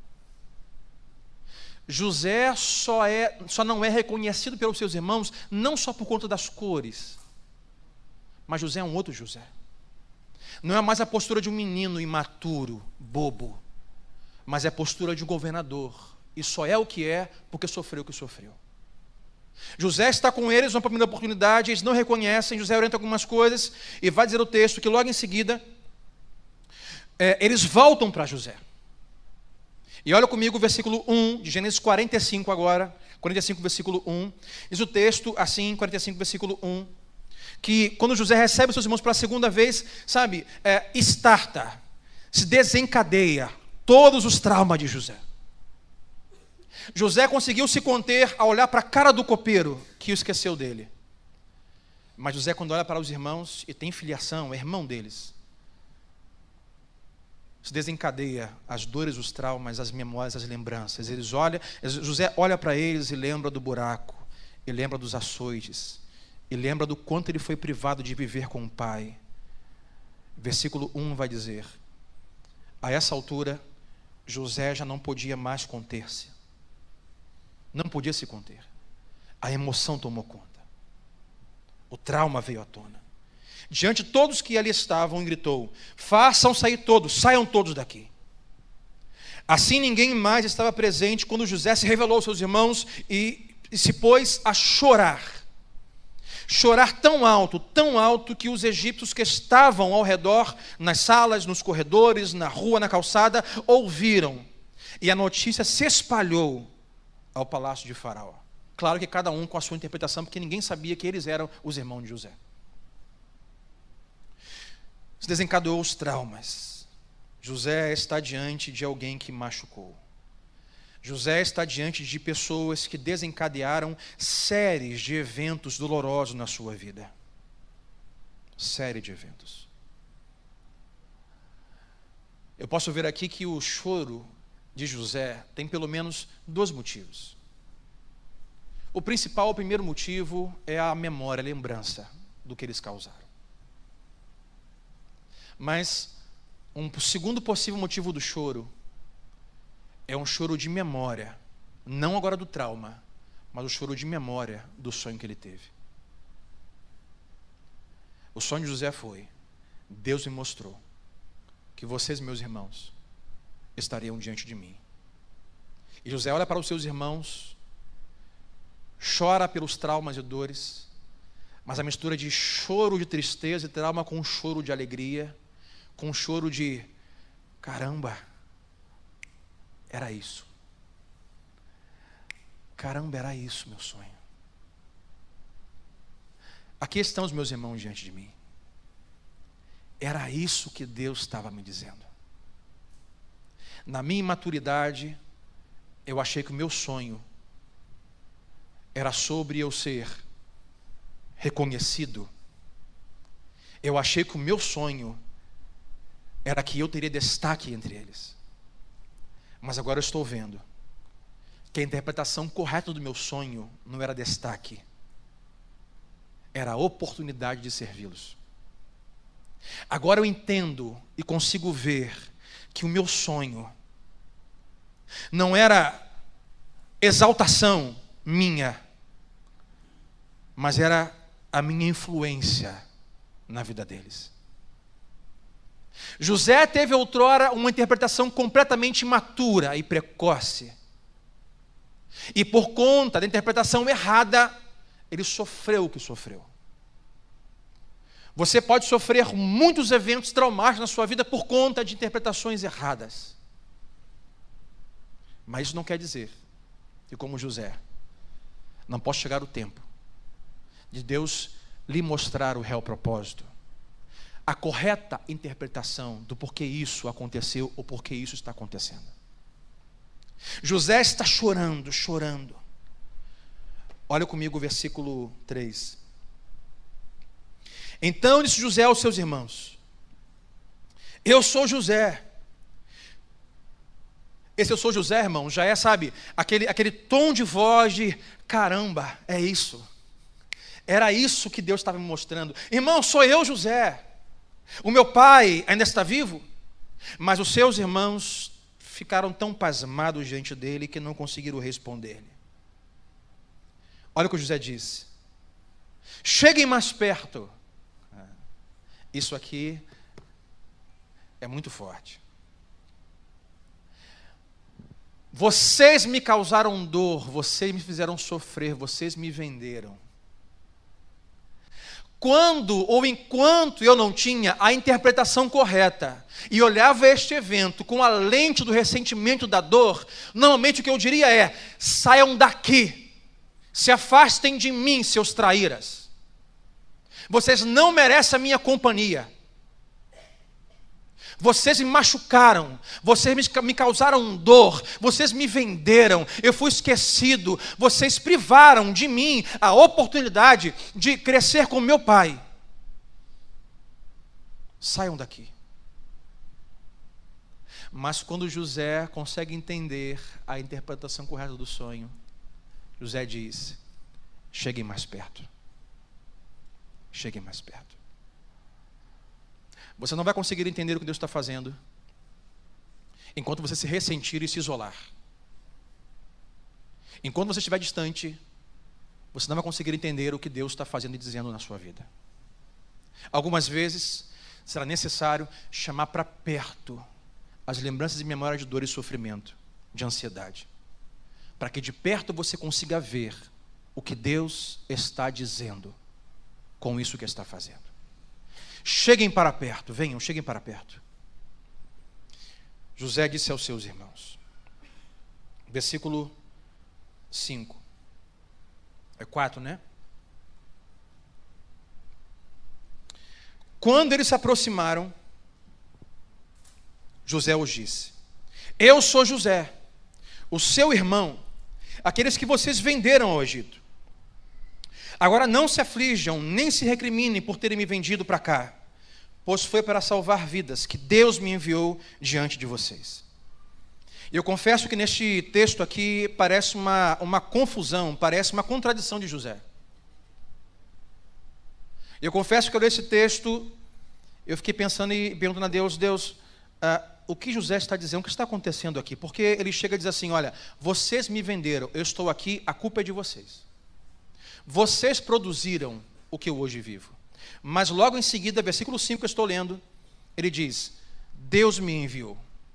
José só, é, só não é reconhecido pelos seus irmãos, não só por conta das cores, mas José é um outro José. Não é mais a postura de um menino imaturo, bobo, mas é a postura de um governador, e só é o que é porque sofreu o que sofreu. José está com eles uma primeira oportunidade, eles não reconhecem, José orienta algumas coisas, e vai dizer o texto que logo em seguida, é, eles voltam para José. E olha comigo o versículo um, de Gênesis quarenta e cinco agora, quarenta e cinco, versículo um, diz o texto assim, quarenta e cinco, versículo um, que quando José recebe seus irmãos pela segunda vez, sabe, é, starta, se desencadeia todos os traumas de José. José conseguiu se conter a olhar para a cara do copeiro, que o esqueceu dele. Mas José, quando olha para os irmãos, e tem filiação, é irmão deles, se desencadeia as dores, os traumas, as memórias, as lembranças. Eles olham, José olha para eles e lembra do buraco, e lembra dos açoites, e lembra do quanto ele foi privado de viver com o pai. Versículo um vai dizer: a essa altura, José já não podia mais conter-se. Não podia se conter. A emoção tomou conta. O trauma veio à tona. Diante de todos que ali estavam, gritou: façam sair todos, saiam todos daqui. Assim ninguém mais estava presente quando José se revelou aos seus irmãos e, e se pôs a chorar. Chorar tão alto, tão alto, que os egípcios que estavam ao redor, nas salas, nos corredores, na rua, na calçada, ouviram. E a notícia se espalhou ao palácio de Faraó. Claro que cada um com a sua interpretação, porque ninguém sabia que eles eram os irmãos de José. Se desencadeou os traumas. José está diante de alguém que machucou. José está diante de pessoas que desencadearam séries de eventos dolorosos na sua vida. Série de eventos. Eu posso ver aqui que o choro de José tem pelo menos dois motivos. O principal, o primeiro motivo, é a memória, a lembrança do que eles causaram. Mas um segundo possível motivo do choro é um choro de memória, não agora do trauma, mas o choro de memória do sonho que ele teve. O sonho de José foi: Deus me mostrou que vocês, meus irmãos, estariam diante de mim. E José olha para os seus irmãos, chora pelos traumas e dores, mas a mistura de choro de tristeza e trauma com um choro de alegria, com um choro de caramba, era isso. Caramba, era isso meu sonho. Aqui estão os meus irmãos diante de mim. Era isso que Deus estava me dizendo. Na minha imaturidade, eu achei que o meu sonho era sobre eu ser reconhecido. Eu achei que o meu sonho era que eu teria destaque entre eles. Mas agora eu estou vendo que a interpretação correta do meu sonho não era destaque, era a oportunidade de servi-los. Agora eu entendo e consigo ver que o meu sonho não era exaltação minha, mas era a minha influência na vida deles. José teve outrora uma interpretação completamente imatura e precoce. E por conta da interpretação errada, ele sofreu o que sofreu. Você pode sofrer muitos eventos traumáticos na sua vida por conta de interpretações erradas. Mas isso não quer dizer que, como José, não pode chegar o tempo de Deus lhe mostrar o real propósito. a correta interpretação do porquê isso aconteceu ou porquê isso está acontecendo. José está chorando, chorando. Olha comigo o versículo três. Então disse José aos seus irmãos: eu sou José. Esse eu sou José, irmão, já é, sabe, aquele, aquele tom de voz de caramba, é isso. Era isso que Deus estava me mostrando. Irmão, sou eu, José. O meu pai ainda está vivo, mas os seus irmãos ficaram tão pasmados diante dele que não conseguiram responder-lhe. Olha o que o José disse: cheguem mais perto. Isso aqui é muito forte. Vocês me causaram dor, vocês me fizeram sofrer, vocês me venderam. Quando ou enquanto eu não tinha a interpretação correta e olhava este evento com a lente do ressentimento da dor, normalmente o que eu diria é: saiam daqui, se afastem de mim, seus traíras. Vocês não merecem a minha companhia. Vocês me machucaram, vocês me causaram dor, vocês me venderam, eu fui esquecido, vocês privaram de mim a oportunidade de crescer com meu pai. Saiam daqui. Mas quando José consegue entender a interpretação correta do sonho, José diz: cheguem mais perto. Cheguem mais perto. Você não vai conseguir entender o que Deus está fazendo enquanto você se ressentir e se isolar. Enquanto você estiver distante, você não vai conseguir entender o que Deus está fazendo e dizendo na sua vida. Algumas vezes será necessário chamar para perto as lembranças e memórias de dor e sofrimento, de ansiedade, para que de perto você consiga ver o que Deus está dizendo com isso que está fazendo. Cheguem para perto, venham, cheguem para perto. José disse aos seus irmãos, versículo cinco, é quatro, né? Quando eles se aproximaram, José os disse: eu sou José, o seu irmão, aqueles que vocês venderam ao Egito. Agora não se aflijam, nem se recriminem por terem me vendido para cá, pois foi para salvar vidas que Deus me enviou diante de vocês. E eu confesso que neste texto aqui parece uma, uma confusão, parece uma contradição de José. Eu confesso que eu li esse texto, eu fiquei pensando e perguntando a Deus, Deus, ah, o que José está dizendo, o que está acontecendo aqui? Porque ele chega e diz assim: olha, vocês me venderam, eu estou aqui, a culpa é de vocês. Vocês produziram o que eu hoje vivo. Mas logo em seguida, versículo cinco que eu estou lendo, ele diz: Deus me enviou.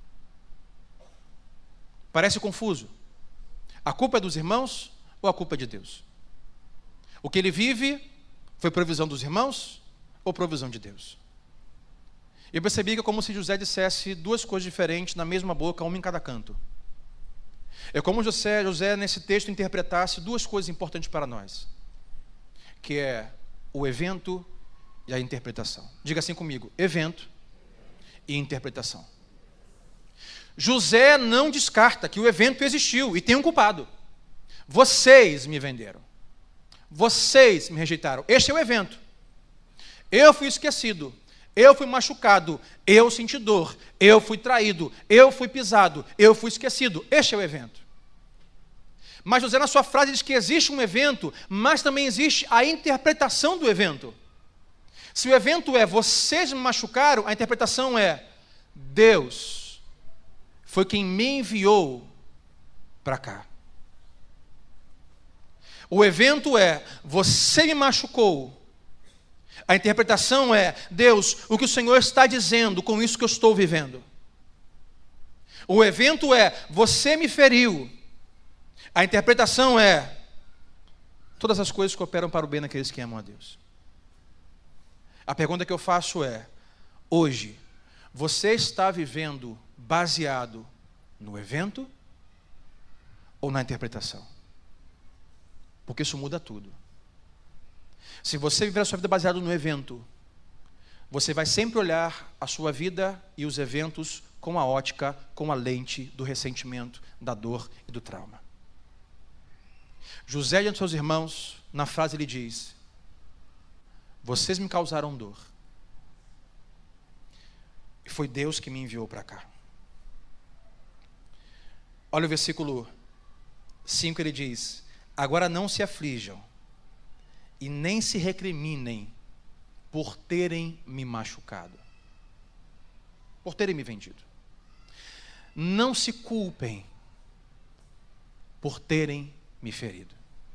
Parece confuso. A culpa é dos irmãos ou a culpa é de Deus? O que ele vive foi provisão dos irmãos ou provisão de Deus? Eu percebi que é como se José dissesse duas coisas diferentes na mesma boca, uma em cada canto. É como José, José nesse texto interpretasse duas coisas importantes para nós, que é o evento e a interpretação. Diga assim comigo: evento e interpretação. José não descarta que o evento existiu e tem um culpado. Vocês me venderam. Vocês me rejeitaram. Este é o evento. Eu fui esquecido. Eu fui machucado. Eu senti dor. Eu fui traído. Eu fui pisado. Eu fui esquecido. Este é o evento. Mas José, na sua frase, diz que existe um evento, mas também existe a interpretação do evento. Se o evento é vocês me machucaram, a interpretação é Deus foi quem me enviou para cá. O evento é você me machucou. A interpretação é Deus, o que o Senhor está dizendo com isso que eu estou vivendo. O evento é você me feriu. A interpretação é todas as coisas cooperam para o bem daqueles que amam a Deus. A pergunta que eu faço é: hoje, você está vivendo baseado no evento ou na interpretação? Porque isso muda tudo. Se você viver a sua vida baseado no evento, você vai sempre olhar a sua vida e os eventos com a ótica, com a lente do ressentimento, da dor e do trauma. José, diante de seus irmãos, na frase ele diz: vocês me causaram dor, e foi Deus que me enviou para cá. Olha o versículo cinco, ele diz: agora não se aflijam e nem se recriminem por terem me machucado, por terem me vendido. Não se culpem por terem me ferido.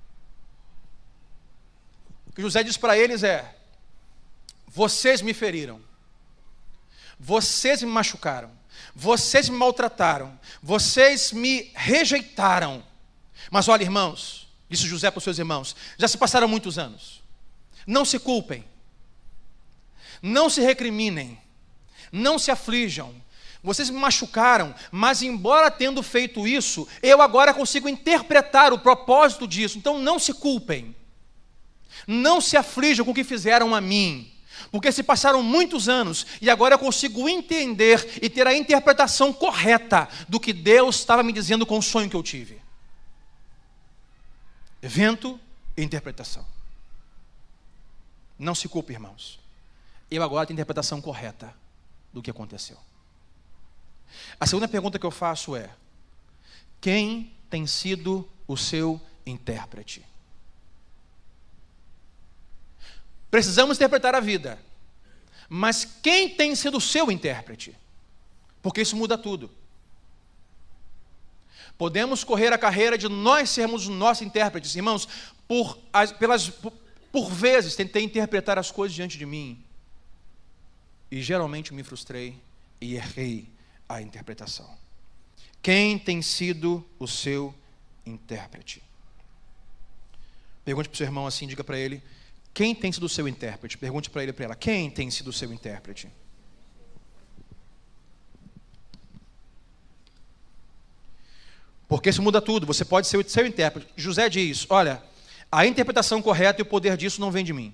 O que José diz para eles é: vocês me feriram, vocês me machucaram, vocês me maltrataram, vocês me rejeitaram. Mas olha, irmãos, disse José para os seus irmãos, já se passaram muitos anos. Não se culpem, não se recriminem, não se aflijam. Vocês me machucaram, mas embora tendo feito isso, eu agora consigo interpretar o propósito disso. Então não se culpem, não se aflijam com o que fizeram a mim, porque se passaram muitos anos e agora eu consigo entender e ter a interpretação correta do que Deus estava me dizendo com o sonho que eu tive. Evento e interpretação. Não se culpe, irmãos. Eu agora tenho a interpretação correta do que aconteceu. A segunda pergunta que eu faço é: quem tem sido o seu intérprete? Precisamos interpretar a vida, mas quem tem sido o seu intérprete? Porque isso muda tudo. Podemos correr a carreira de nós sermos os nossos intérpretes. Irmãos, por, as, pelas, por, por vezes tentei interpretar as coisas diante de mim e geralmente me frustrei e errei a interpretação. Quem tem sido o seu intérprete? Pergunte para o seu irmão assim, diga para ele: quem tem sido o seu intérprete? Pergunte para ele e para ela: quem tem sido o seu intérprete? Porque isso muda tudo, você pode ser o seu intérprete. José diz: olha, a interpretação correta e o poder disso não vem de mim.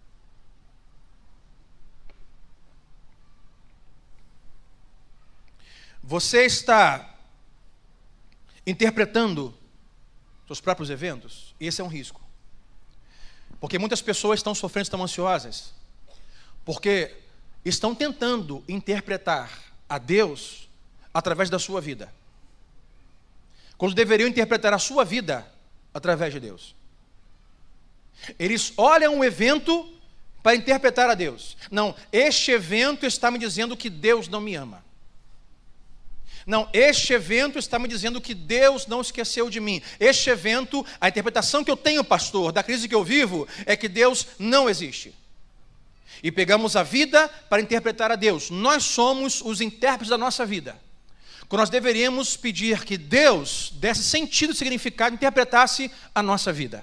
Você está interpretando seus próprios eventos, e esse é um risco. Porque muitas pessoas estão sofrendo, estão ansiosas, porque estão tentando interpretar a Deus através da sua vida, quando deveriam interpretar a sua vida através de Deus. Eles olham um evento para interpretar a Deus. Não, este evento está me dizendo que Deus não me ama. Não, este evento está me dizendo que Deus não esqueceu de mim. Este evento, a interpretação que eu tenho, pastor, da crise que eu vivo, é que Deus não existe. E pegamos a vida para interpretar a Deus. Nós somos os intérpretes da nossa vida. Quando nós deveríamos pedir que Deus desse sentido e significado, interpretasse a nossa vida.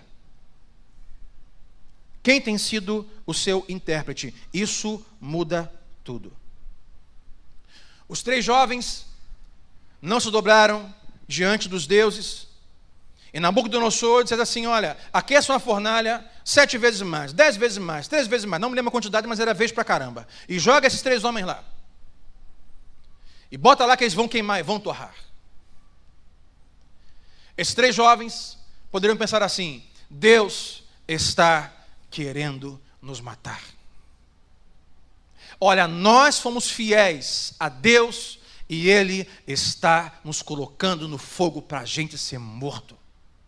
Quem tem sido o seu intérprete? Isso muda tudo. Os três jovens não se dobraram diante dos deuses, e Nabucodonosor disse assim: olha, aqueça uma fornalha sete vezes mais, dez vezes mais, três vezes mais, não me lembro a quantidade, mas era vez pra caramba, e joga esses três homens lá, e bota lá que eles vão queimar e vão torrar. Esses três jovens poderiam pensar assim: Deus está querendo nos matar. Olha, nós fomos fiéis a Deus e Ele está nos colocando no fogo para a gente ser morto.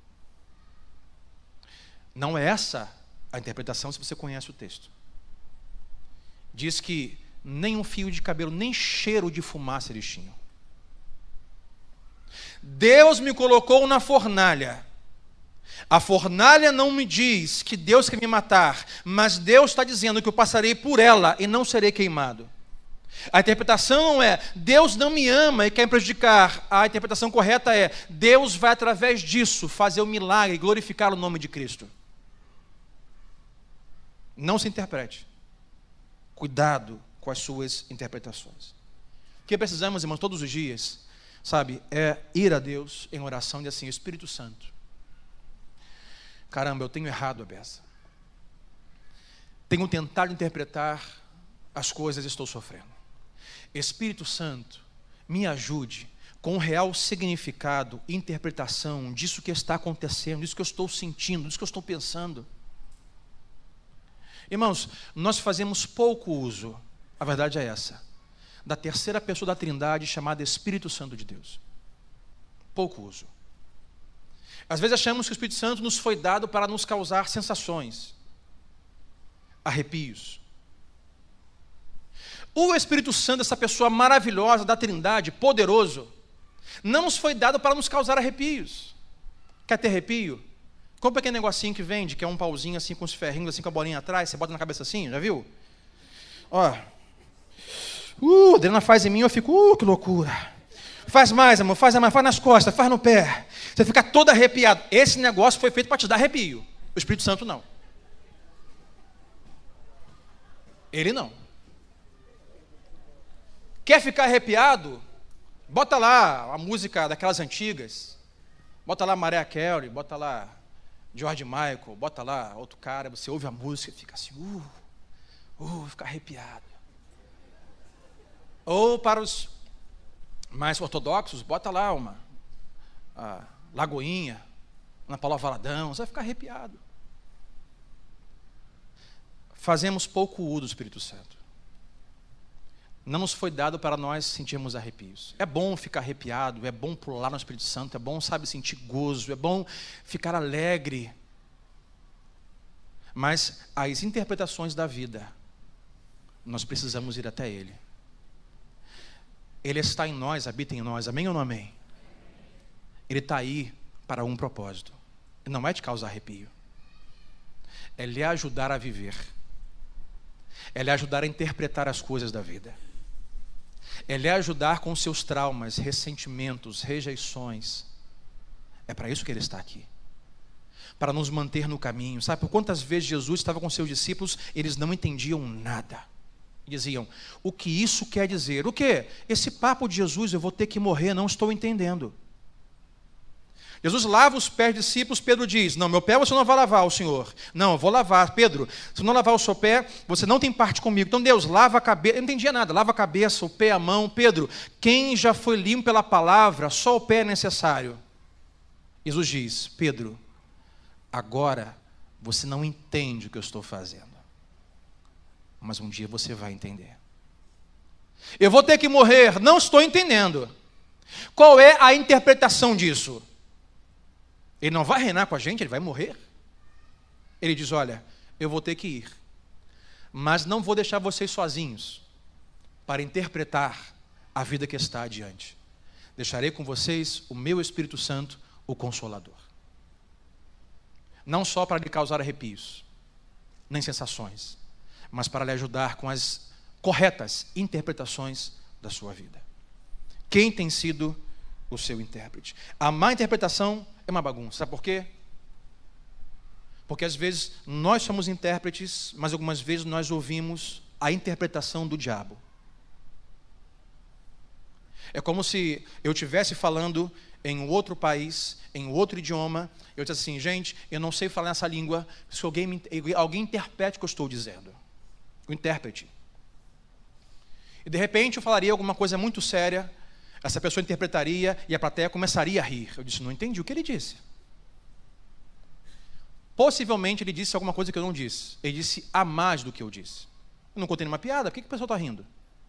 Não é essa a interpretação se você conhece o texto. Diz que nem um fio de cabelo, nem cheiro de fumaça eles tinham. Deus me colocou na fornalha. A fornalha não me diz que Deus quer me matar, mas Deus está dizendo que eu passarei por ela e não serei queimado. A interpretação não é Deus não me ama e quer me prejudicar. A interpretação correta é Deus vai através disso fazer o milagre e glorificar o nome de Cristo. Não se interprete. Cuidado com as suas interpretações. O que precisamos, irmãos, todos os dias, sabe, é ir a Deus em oração e dizer assim: Espírito Santo, caramba, eu tenho errado a beça. Tenho tentado interpretar as coisas estou sofrendo. Espírito Santo, me ajude com o real significado e interpretação disso que está acontecendo, disso que eu estou sentindo, disso que eu estou pensando. Irmãos, nós fazemos pouco uso, a verdade é essa, da terceira pessoa da Trindade chamada Espírito Santo de Deus. Pouco uso. Às vezes achamos que o Espírito Santo nos foi dado para nos causar sensações, arrepios. O Espírito Santo, essa pessoa maravilhosa da Trindade, poderoso, não nos foi dado para nos causar arrepios. Quer ter arrepio? Compra aquele negocinho que vende, que é um pauzinho assim com os ferrinhos, assim com a bolinha atrás, você bota na cabeça assim, já viu? Ó. Uh, a Adriana faz em mim, eu fico, uh, que loucura. Faz mais, amor, faz mais, faz nas costas, faz no pé. Você fica todo arrepiado. Esse negócio foi feito para te dar arrepio. O Espírito Santo não. Ele não. Quer ficar arrepiado? Bota lá a música daquelas antigas. Bota lá Mariah Carey, bota lá George Michael, bota lá outro cara, você ouve a música e fica assim, uh, uh, fica arrepiado. Ou para os mais ortodoxos, bota lá uma a Lagoinha, Ana Paula Valadão, você vai ficar arrepiado. Fazemos pouco uso do Espírito Santo. Não nos foi dado para nós sentirmos arrepios. É bom ficar arrepiado, é bom pular no Espírito Santo, é bom, sabe, sentir gozo, é bom ficar alegre. Mas as interpretações da vida, nós precisamos ir até Ele. Ele está em nós, habita em nós, amém ou não amém? Ele está aí para um propósito. Não é te causar arrepio. É lhe ajudar a viver. É lhe ajudar a interpretar as coisas da vida. É lhe ajudar com seus traumas, ressentimentos, rejeições. É para isso que Ele está aqui. Para nos manter no caminho. Sabe por quantas vezes Jesus estava com seus discípulos, eles não entendiam nada. Diziam, o que isso quer dizer? O quê? Esse papo de Jesus, eu vou ter que morrer, não estou entendendo. Jesus lava os pés dos discípulos, Pedro diz, não, meu pé você não vai lavar, o Senhor. Não, eu vou lavar. Pedro, se não lavar o seu pé, você não tem parte comigo. Então Deus, lava a cabeça, eu não entendia nada, lava a cabeça, o pé, a mão. Pedro, quem já foi limpo pela palavra, só o pé é necessário. Jesus diz, Pedro, agora você não entende o que eu estou fazendo. Mas um dia você vai entender. Eu vou ter que morrer, não estou entendendo. Qual é a interpretação disso? Ele não vai reinar com a gente, ele vai morrer. Ele diz, olha, eu vou ter que ir, mas não vou deixar vocês sozinhos para interpretar a vida que está adiante. Deixarei com vocês o meu Espírito Santo, o Consolador. Não só para lhe causar arrepios, nem sensações, mas para lhe ajudar com as corretas interpretações da sua vida. Quem tem sido o seu intérprete? A má interpretação é uma bagunça. Sabe por quê? Porque às vezes nós somos intérpretes, mas algumas vezes nós ouvimos a interpretação do diabo. É como se eu estivesse falando em outro país, em outro idioma, eu disse assim, gente, eu não sei falar nessa língua, se alguém, alguém interprete o que eu estou dizendo. O intérprete. E de repente eu falaria alguma coisa muito séria, essa pessoa interpretaria e a plateia começaria a rir. Eu disse, não entendi o que ele disse. Possivelmente ele disse alguma coisa que eu não disse. Ele disse a mais do que eu disse. Eu não contei nenhuma piada, por que, que a pessoa está rindo?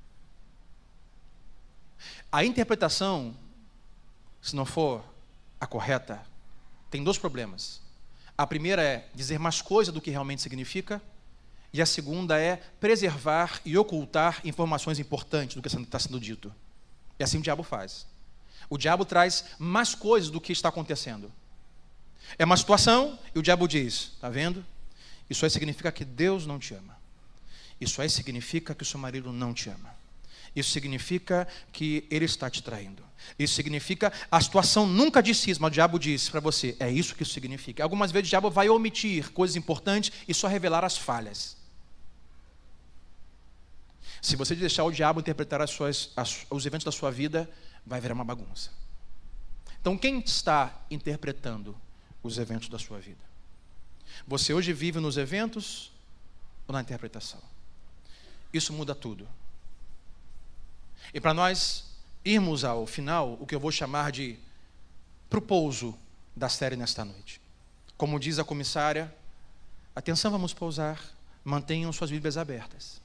A interpretação, se não for a correta, tem dois problemas. A primeira é dizer mais coisa do que realmente significa, e a segunda é preservar e ocultar informações importantes do que está sendo dito. E assim o diabo faz. O diabo traz mais coisas do que está acontecendo. É uma situação e o diabo diz, está vendo? Isso aí significa que Deus não te ama. Isso aí significa que o seu marido não te ama. Isso significa que ele está te traindo. Isso significa, a situação nunca disse isso, mas o diabo disse para você, é isso que isso significa. Algumas vezes o diabo vai omitir coisas importantes e só revelar as falhas. Se você deixar o diabo interpretar as suas, as, os eventos da sua vida, vai virar uma bagunça. Então, quem está interpretando os eventos da sua vida? Você hoje vive nos eventos ou na interpretação? isso muda tudo. E para nós irmos ao final, o que eu vou chamar de pro pouso da série nesta noite. Como diz a comissária, atenção, vamos pousar, mantenham suas Bíblias abertas.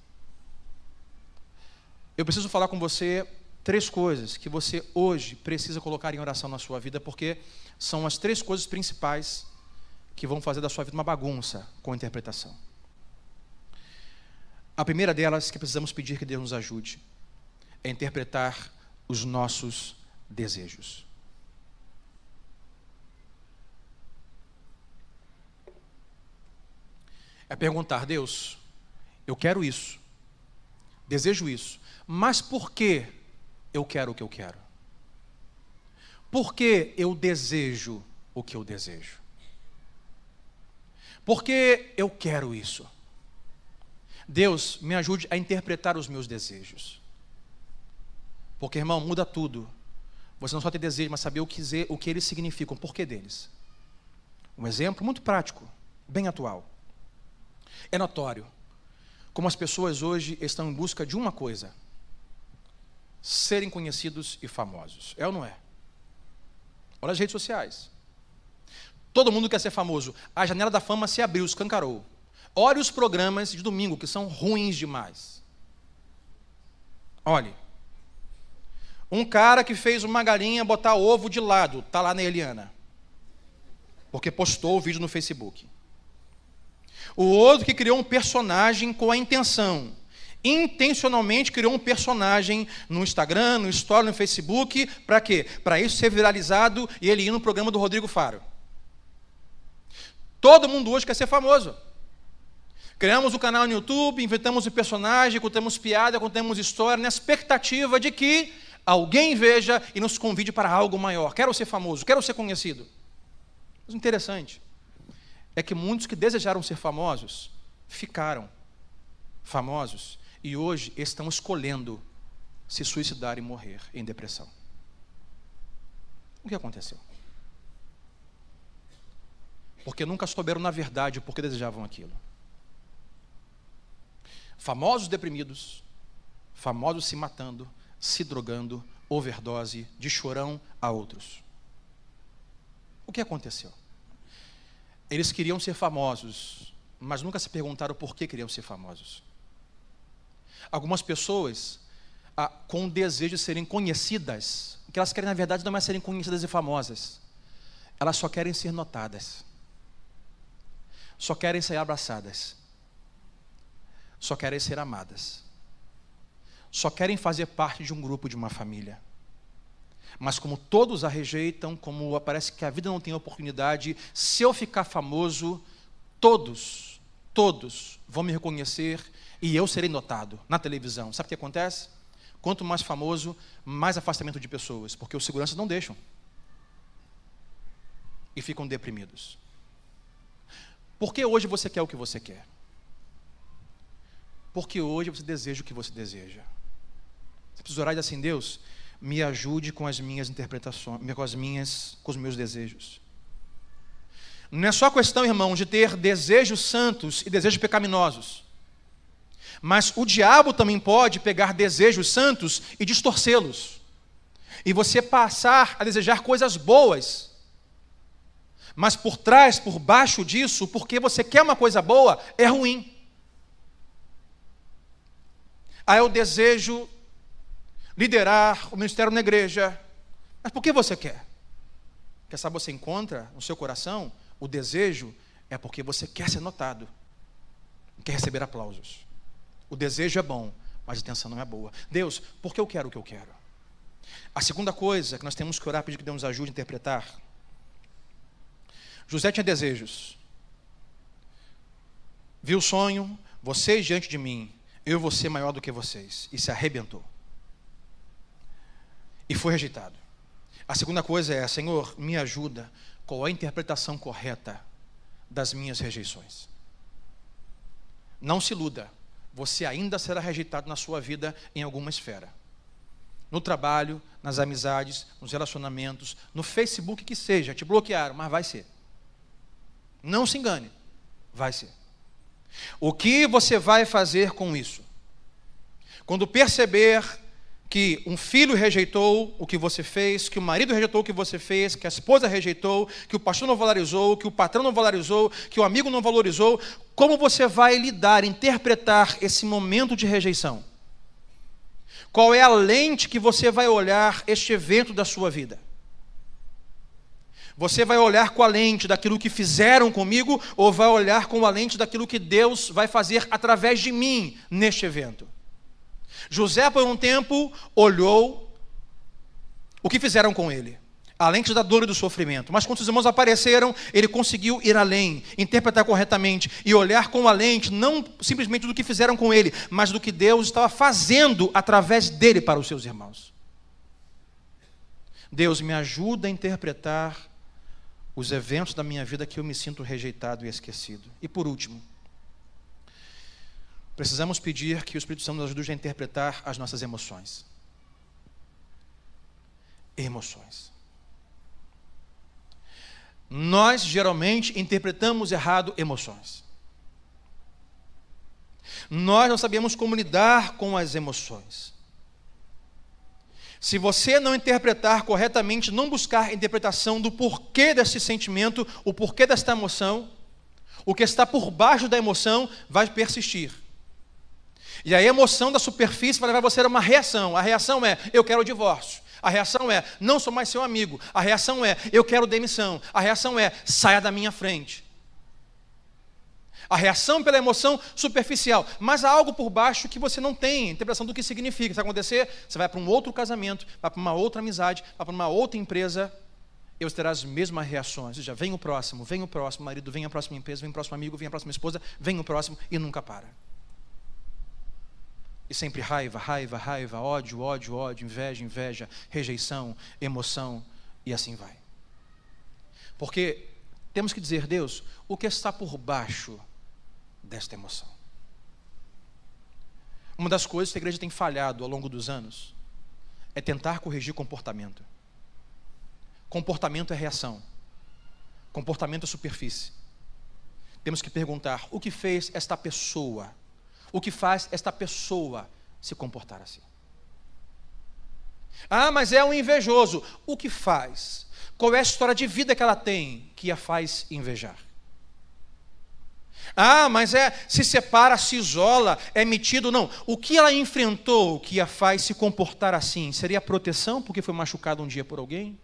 Eu preciso falar com você três coisas que você hoje precisa colocar em oração na sua vida, porque são as três coisas principais que vão fazer da sua vida uma bagunça com a interpretação. A primeira delas, que precisamos pedir que Deus nos ajude, é interpretar os nossos desejos. É perguntar: Deus, eu quero isso, desejo isso, mas por que eu quero o que eu quero? Por que eu desejo o que eu desejo? Por que eu quero isso? Deus, me ajude a interpretar os meus desejos. Porque, irmão, muda tudo. Você não só tem desejo, mas saber o que, o que eles significam, o porquê deles. Um exemplo muito prático, bem atual. É notório como as pessoas hoje estão em busca de uma coisa: serem conhecidos e famosos. É ou não é? Olha as redes sociais. Todo mundo quer ser famoso. A janela da fama se abriu, escancarou. Olhe os programas de domingo, que são ruins demais. Olhe. Um cara que fez uma galinha botar ovo de lado, está lá na Eliana, porque postou o vídeo no Facebook. O outro que criou um personagem com a intenção, intencionalmente criou um personagem no Instagram, no Story, no Facebook, para quê? Para isso ser viralizado e ele ir no programa do Rodrigo Faro. Todo mundo hoje quer ser famoso. Criamos um canal no YouTube, inventamos um personagem, contamos piada, contamos história, na expectativa de que alguém veja e nos convide para algo maior. Quero ser famoso, quero ser conhecido. Mas o interessante é que muitos que desejaram ser famosos ficaram famosos e hoje estão escolhendo se suicidar e morrer em depressão. O que aconteceu? Porque nunca souberam na verdade o porquê desejavam aquilo. Famosos deprimidos, famosos se matando, se drogando, overdose, de chorão a outros. O que aconteceu? Eles queriam ser famosos, mas nunca se perguntaram por que queriam ser famosos. Algumas pessoas, ah, com o desejo de serem conhecidas, o que elas querem na verdade não é serem conhecidas e famosas, elas só querem ser notadas, só querem ser abraçadas, só querem ser amadas, só querem fazer parte de um grupo, de uma família. Mas como todos a rejeitam, como parece que a vida não tem oportunidade, se eu ficar famoso, todos, todos vão me reconhecer e eu serei notado na televisão. Sabe o que acontece? Quanto mais famoso, mais afastamento de pessoas, porque os seguranças não deixam. E ficam deprimidos. Por que hoje você quer o que você quer? Porque hoje você deseja o que você deseja. Você precisa orar e dizer assim: Deus, me ajude com as minhas interpretações, com as minhas, com os meus desejos. Não é só questão, irmão, de ter desejos santos e desejos pecaminosos. Mas o diabo também pode pegar desejos santos e distorcê-los. E você passar a desejar coisas boas. Mas por trás, por baixo disso, porque você quer uma coisa boa, é ruim. Aí eu desejo liderar o ministério na igreja. Mas por que você quer? Quer saber, você encontra no seu coração o desejo é porque você quer ser notado, quer receber aplausos. O desejo é bom, mas a intenção não é boa. Deus, por que eu quero o que eu quero? A segunda coisa que nós temos que orar, pedir que Deus nos ajude a interpretar. José tinha desejos. Viu o sonho, vocês diante de mim, eu vou ser maior do que vocês. E se arrebentou. E foi rejeitado. A segunda coisa é: Senhor, me ajuda, qual é a interpretação correta das minhas rejeições? Não se iluda, você ainda será rejeitado na sua vida em alguma esfera. No trabalho, nas amizades, nos relacionamentos, no Facebook que seja, te bloquearam, mas vai ser. Não se engane, vai ser. O que você vai fazer com isso? Quando perceber que um filho rejeitou o que você fez, que o marido rejeitou o que você fez, que a esposa rejeitou, que o pastor não valorizou, que o patrão não valorizou, que o amigo não valorizou, como você vai lidar, interpretar esse momento de rejeição? Qual é a lente que você vai olhar este evento da sua vida? Você vai olhar com a lente daquilo que fizeram comigo ou vai olhar com a lente daquilo que Deus vai fazer através de mim neste evento? José, por um tempo, olhou o que fizeram com ele, a lente da dor e do sofrimento. Mas quando os irmãos apareceram, ele conseguiu ir além, interpretar corretamente e olhar com a lente, não simplesmente do que fizeram com ele, mas do que Deus estava fazendo através dele para os seus irmãos. Deus, me ajuda a interpretar os eventos da minha vida que eu me sinto rejeitado e esquecido. E por último, precisamos pedir que o Espírito Santo nos ajude a interpretar as nossas emoções. Emoções. Nós, geralmente, interpretamos errado emoções. Nós não sabemos como lidar com as emoções. Se você não interpretar corretamente, não buscar a interpretação do porquê desse sentimento, o porquê desta emoção, o que está por baixo da emoção vai persistir. E a emoção da superfície vai levar você a uma reação. A reação é, eu quero o divórcio. A reação é, não sou mais seu amigo. A reação é, eu quero demissão. A reação é, saia da minha frente. A reação pela emoção superficial. Mas há algo por baixo que você não tem interpretação do que significa. Se acontecer, você vai para um outro casamento, vai para uma outra amizade, vai para uma outra empresa, e você terá as mesmas reações. Ou seja, vem o próximo, vem o próximo marido, vem a próxima empresa, vem o próximo amigo, vem a próxima esposa, vem o próximo e nunca para. E sempre raiva, raiva, raiva, ódio, ódio, ódio, inveja, inveja, rejeição, emoção, e assim vai. Porque temos que dizer, Deus, o que está por baixo desta emoção? Uma das coisas que a igreja tem falhado ao longo dos anos é tentar corrigir comportamento. Comportamento é reação. Comportamento é superfície. Temos que perguntar, o que fez esta pessoa? O que faz esta pessoa se comportar assim? Ah, mas é um invejoso. O que faz? Qual é a história de vida que ela tem que a faz invejar? Ah, mas é, se separa, se isola, é metido. Não, o que ela enfrentou que a faz se comportar assim? Seria proteção porque foi machucado um dia por alguém?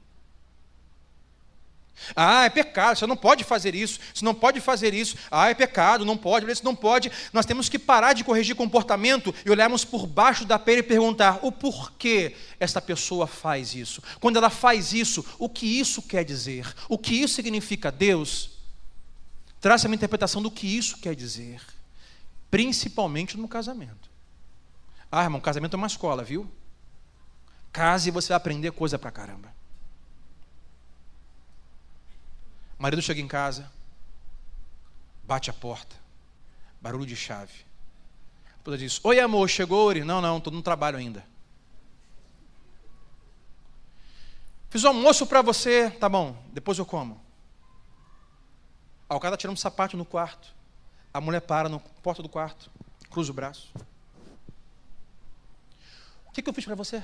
Ah, é pecado, você não pode fazer isso, você não pode fazer isso. Ah, é pecado, não pode, isso não pode. Nós temos que parar de corrigir comportamento e olharmos por baixo da pele e perguntar o porquê esta pessoa faz isso. Quando ela faz isso, o que isso quer dizer? O que isso significa? Deus, traz uma interpretação do que isso quer dizer, principalmente no casamento. Ah, irmão, casamento é uma escola, viu? Case e você vai aprender coisa pra caramba. O marido chega em casa, bate a porta, barulho de chave. A esposa diz, oi amor, chegou? Ele, não, não, estou no trabalho ainda. Fiz o almoço para você, tá bom, depois eu como. Ah, o cara está tirando um sapato no quarto. A mulher para na porta do quarto, cruza o braço. O que, que eu fiz para você?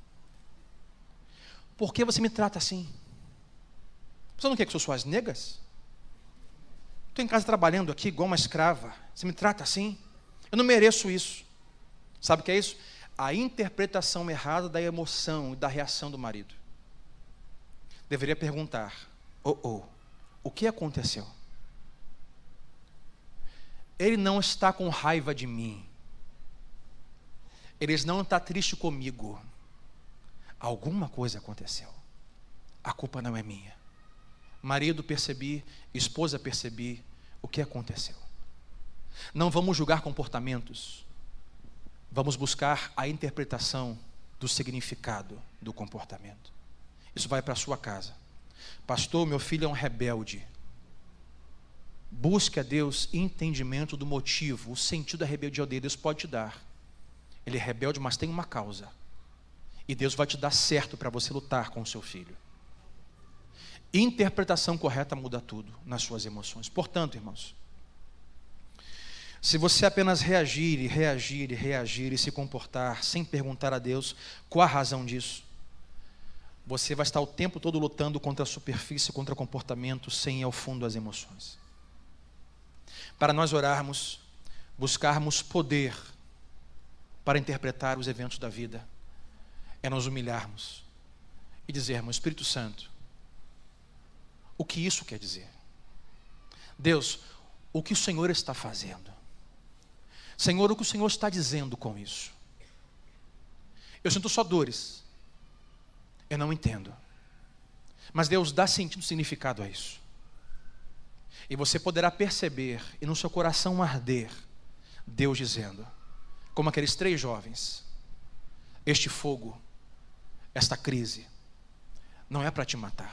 Por que você me trata assim? Você não quer que eu sou suas negas? Estou em casa trabalhando aqui igual uma escrava. Você me trata assim? Eu não mereço isso. Sabe o que é isso? A interpretação errada da emoção e da reação do marido. Deveria perguntar, oh, oh, o que aconteceu? Ele não está com raiva de mim. Ele não está triste comigo. Alguma coisa aconteceu. A culpa não é minha. Marido, percebi, esposa, percebi o que aconteceu. Não vamos julgar comportamentos. Vamos buscar a interpretação do significado do comportamento. Isso vai para a sua casa. Pastor, meu filho é um rebelde. Busque a Deus entendimento do motivo, o sentido da rebeldia dele. Deus pode te dar. Ele é rebelde, mas tem uma causa. E Deus vai te dar certo para você lutar com o seu filho. Interpretação correta muda tudo nas suas emoções. Portanto, irmãos, Se você apenas reagir e reagir e reagir e se comportar sem perguntar a Deus qual a razão disso, você vai estar o tempo todo lutando contra a superfície, contra o comportamento, sem ir ao fundo das emoções. Para nós orarmos, buscarmos poder para interpretar os eventos da vida, é nos humilharmos e dizermos: Espírito Santo, o que isso quer dizer? Deus, o que o Senhor está fazendo? Senhor, o que o Senhor está dizendo com isso? Eu sinto só dores. Eu não entendo. Mas Deus dá sentido e significado a isso. E você poderá perceber, e no seu coração arder, Deus dizendo, como aqueles três jovens: este fogo, esta crise, não é para te matar.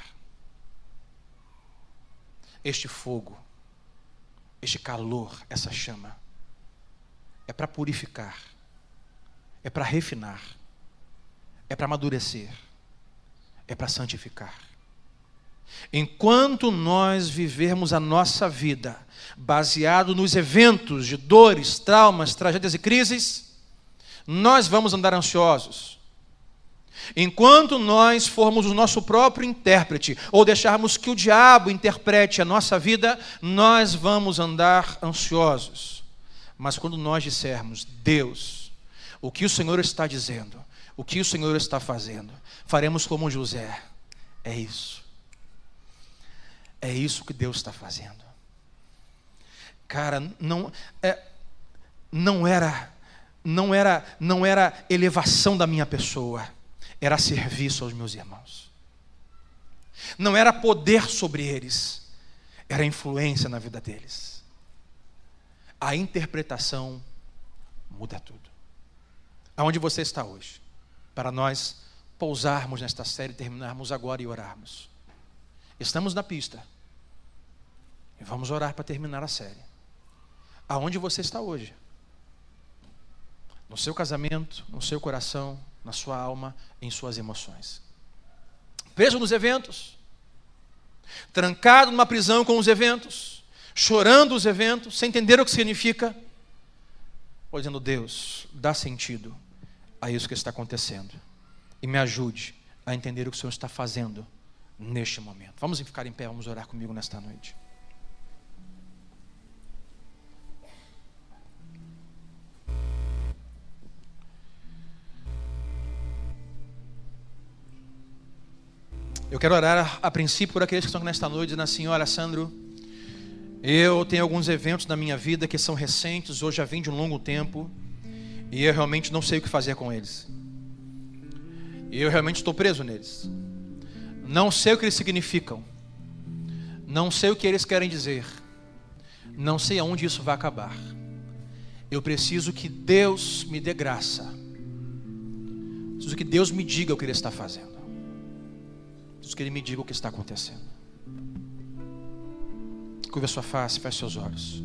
Este fogo, este calor, essa chama, é para purificar, é para refinar, é para amadurecer, é para santificar. Enquanto nós vivermos a nossa vida baseado nos eventos de dores, traumas, tragédias e crises, nós vamos andar ansiosos. Enquanto nós formos o nosso próprio intérprete, ou deixarmos que o diabo interprete a nossa vida, nós vamos andar ansiosos. Mas quando nós dissermos: Deus, o que o Senhor está dizendo, o que o Senhor está fazendo, faremos como José. É isso. É isso que Deus está fazendo. Cara, não, é, não era, não era, não era elevação da minha pessoa, era serviço aos meus irmãos. Não era poder sobre eles, era influência na vida deles. A interpretação muda tudo. Aonde você está hoje? Para nós pousarmos nesta série, terminarmos agora e orarmos. Estamos na pista. E vamos orar para terminar a série. Aonde você está hoje? No seu casamento, no seu coração, na sua alma, em suas emoções. Preso nos eventos. Trancado numa prisão com os eventos. Chorando os eventos, sem entender o que significa. Ou dizendo: Deus, dá sentido a isso que está acontecendo. E me ajude a entender o que o Senhor está fazendo neste momento. Vamos ficar em pé, vamos orar comigo nesta noite. Eu quero orar a princípio por aqueles que estão nesta noite, dizendo assim: olha, Sandro, eu tenho alguns eventos na minha vida que são recentes, hoje já vem de um longo tempo, e eu realmente não sei o que fazer com eles. E eu realmente estou preso neles. Não sei o que eles significam. Não sei o que eles querem dizer. Não sei aonde isso vai acabar. Eu preciso que Deus me dê graça. Preciso que Deus me diga o que Ele está fazendo. Preciso que Ele me diga o que está acontecendo. Curva a sua face, feche seus olhos.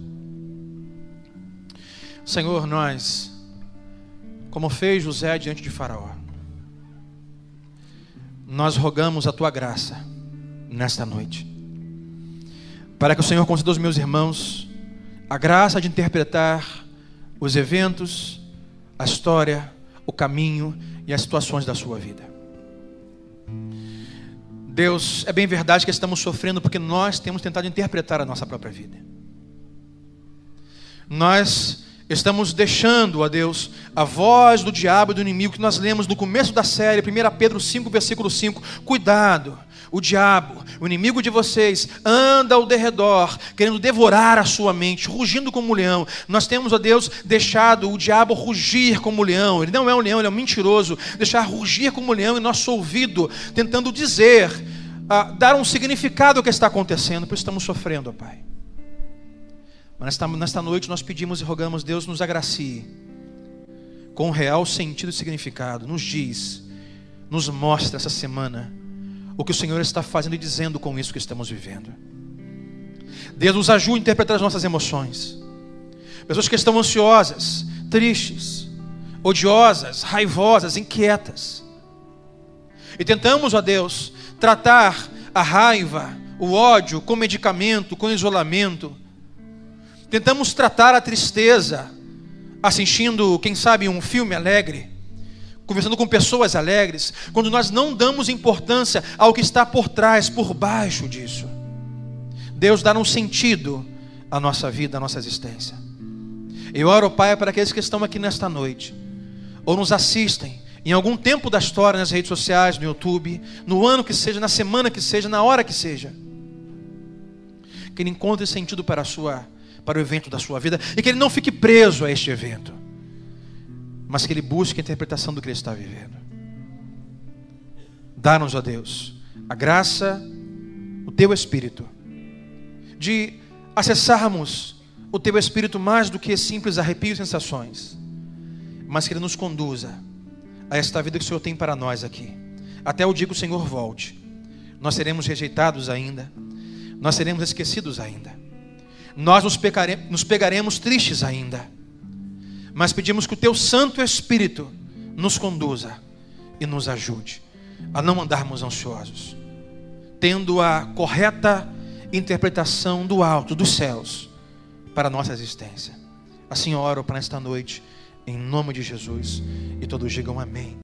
Senhor, nós, como fez José diante de Faraó, nós rogamos a Tua graça nesta noite, para que o Senhor conceda aos meus irmãos a graça de interpretar os eventos, a história, o caminho e as situações da sua vida. Deus, é bem verdade que estamos sofrendo porque nós temos tentado interpretar a nossa própria vida. Nós estamos deixando, a Deus, a voz do diabo e do inimigo que nós lemos no começo da série, primeira Pedro cinco, versículo cinco. Cuidado, o diabo, o inimigo de vocês, anda ao derredor, querendo devorar a sua mente, rugindo como um leão. Nós temos, ó Deus, deixado o diabo rugir como um leão. Ele não é um leão, ele é um mentiroso. Deixar rugir como um leão em nosso ouvido, tentando dizer, uh, dar um significado ao que está acontecendo. Por isso estamos sofrendo, ó Pai. Mas nesta, nesta noite nós pedimos e rogamos: Deus, nos agracie com real sentido e significado. Nos diz, nos mostra essa semana o que o Senhor está fazendo e dizendo com isso que estamos vivendo. Deus, nos ajude a interpretar as nossas emoções. Pessoas que estão ansiosas, tristes, odiosas, raivosas, inquietas. E tentamos, ó Deus, tratar a raiva, o ódio com medicamento, com isolamento. Tentamos tratar a tristeza assistindo, quem sabe, um filme alegre, conversando com pessoas alegres, quando nós não damos importância ao que está por trás, por baixo disso. Deus dá um sentido à nossa vida, à nossa existência. Eu oro, Pai, para aqueles que estão aqui nesta noite, ou nos assistem em algum tempo da história, nas redes sociais, no YouTube, no ano que seja, na semana que seja, na hora que seja, que ele encontre sentido para a sua, para o evento da sua vida, e que ele não fique preso a este evento, mas que ele busque a interpretação do que ele está vivendo. Dá-nos, ó Deus, a graça, o Teu Espírito, de acessarmos o Teu Espírito mais do que simples arrepios e sensações, mas que Ele nos conduza a esta vida que o Senhor tem para nós aqui, até o dia que o Senhor volte. Nós seremos rejeitados ainda, nós seremos esquecidos ainda, nós nos, pecare... nos pegaremos tristes ainda, mas pedimos que o Teu Santo Espírito nos conduza e nos ajude a não andarmos ansiosos, tendo a correta interpretação do alto, dos céus, para a nossa existência. Assim eu oro para esta noite, em nome de Jesus, e todos digam amém.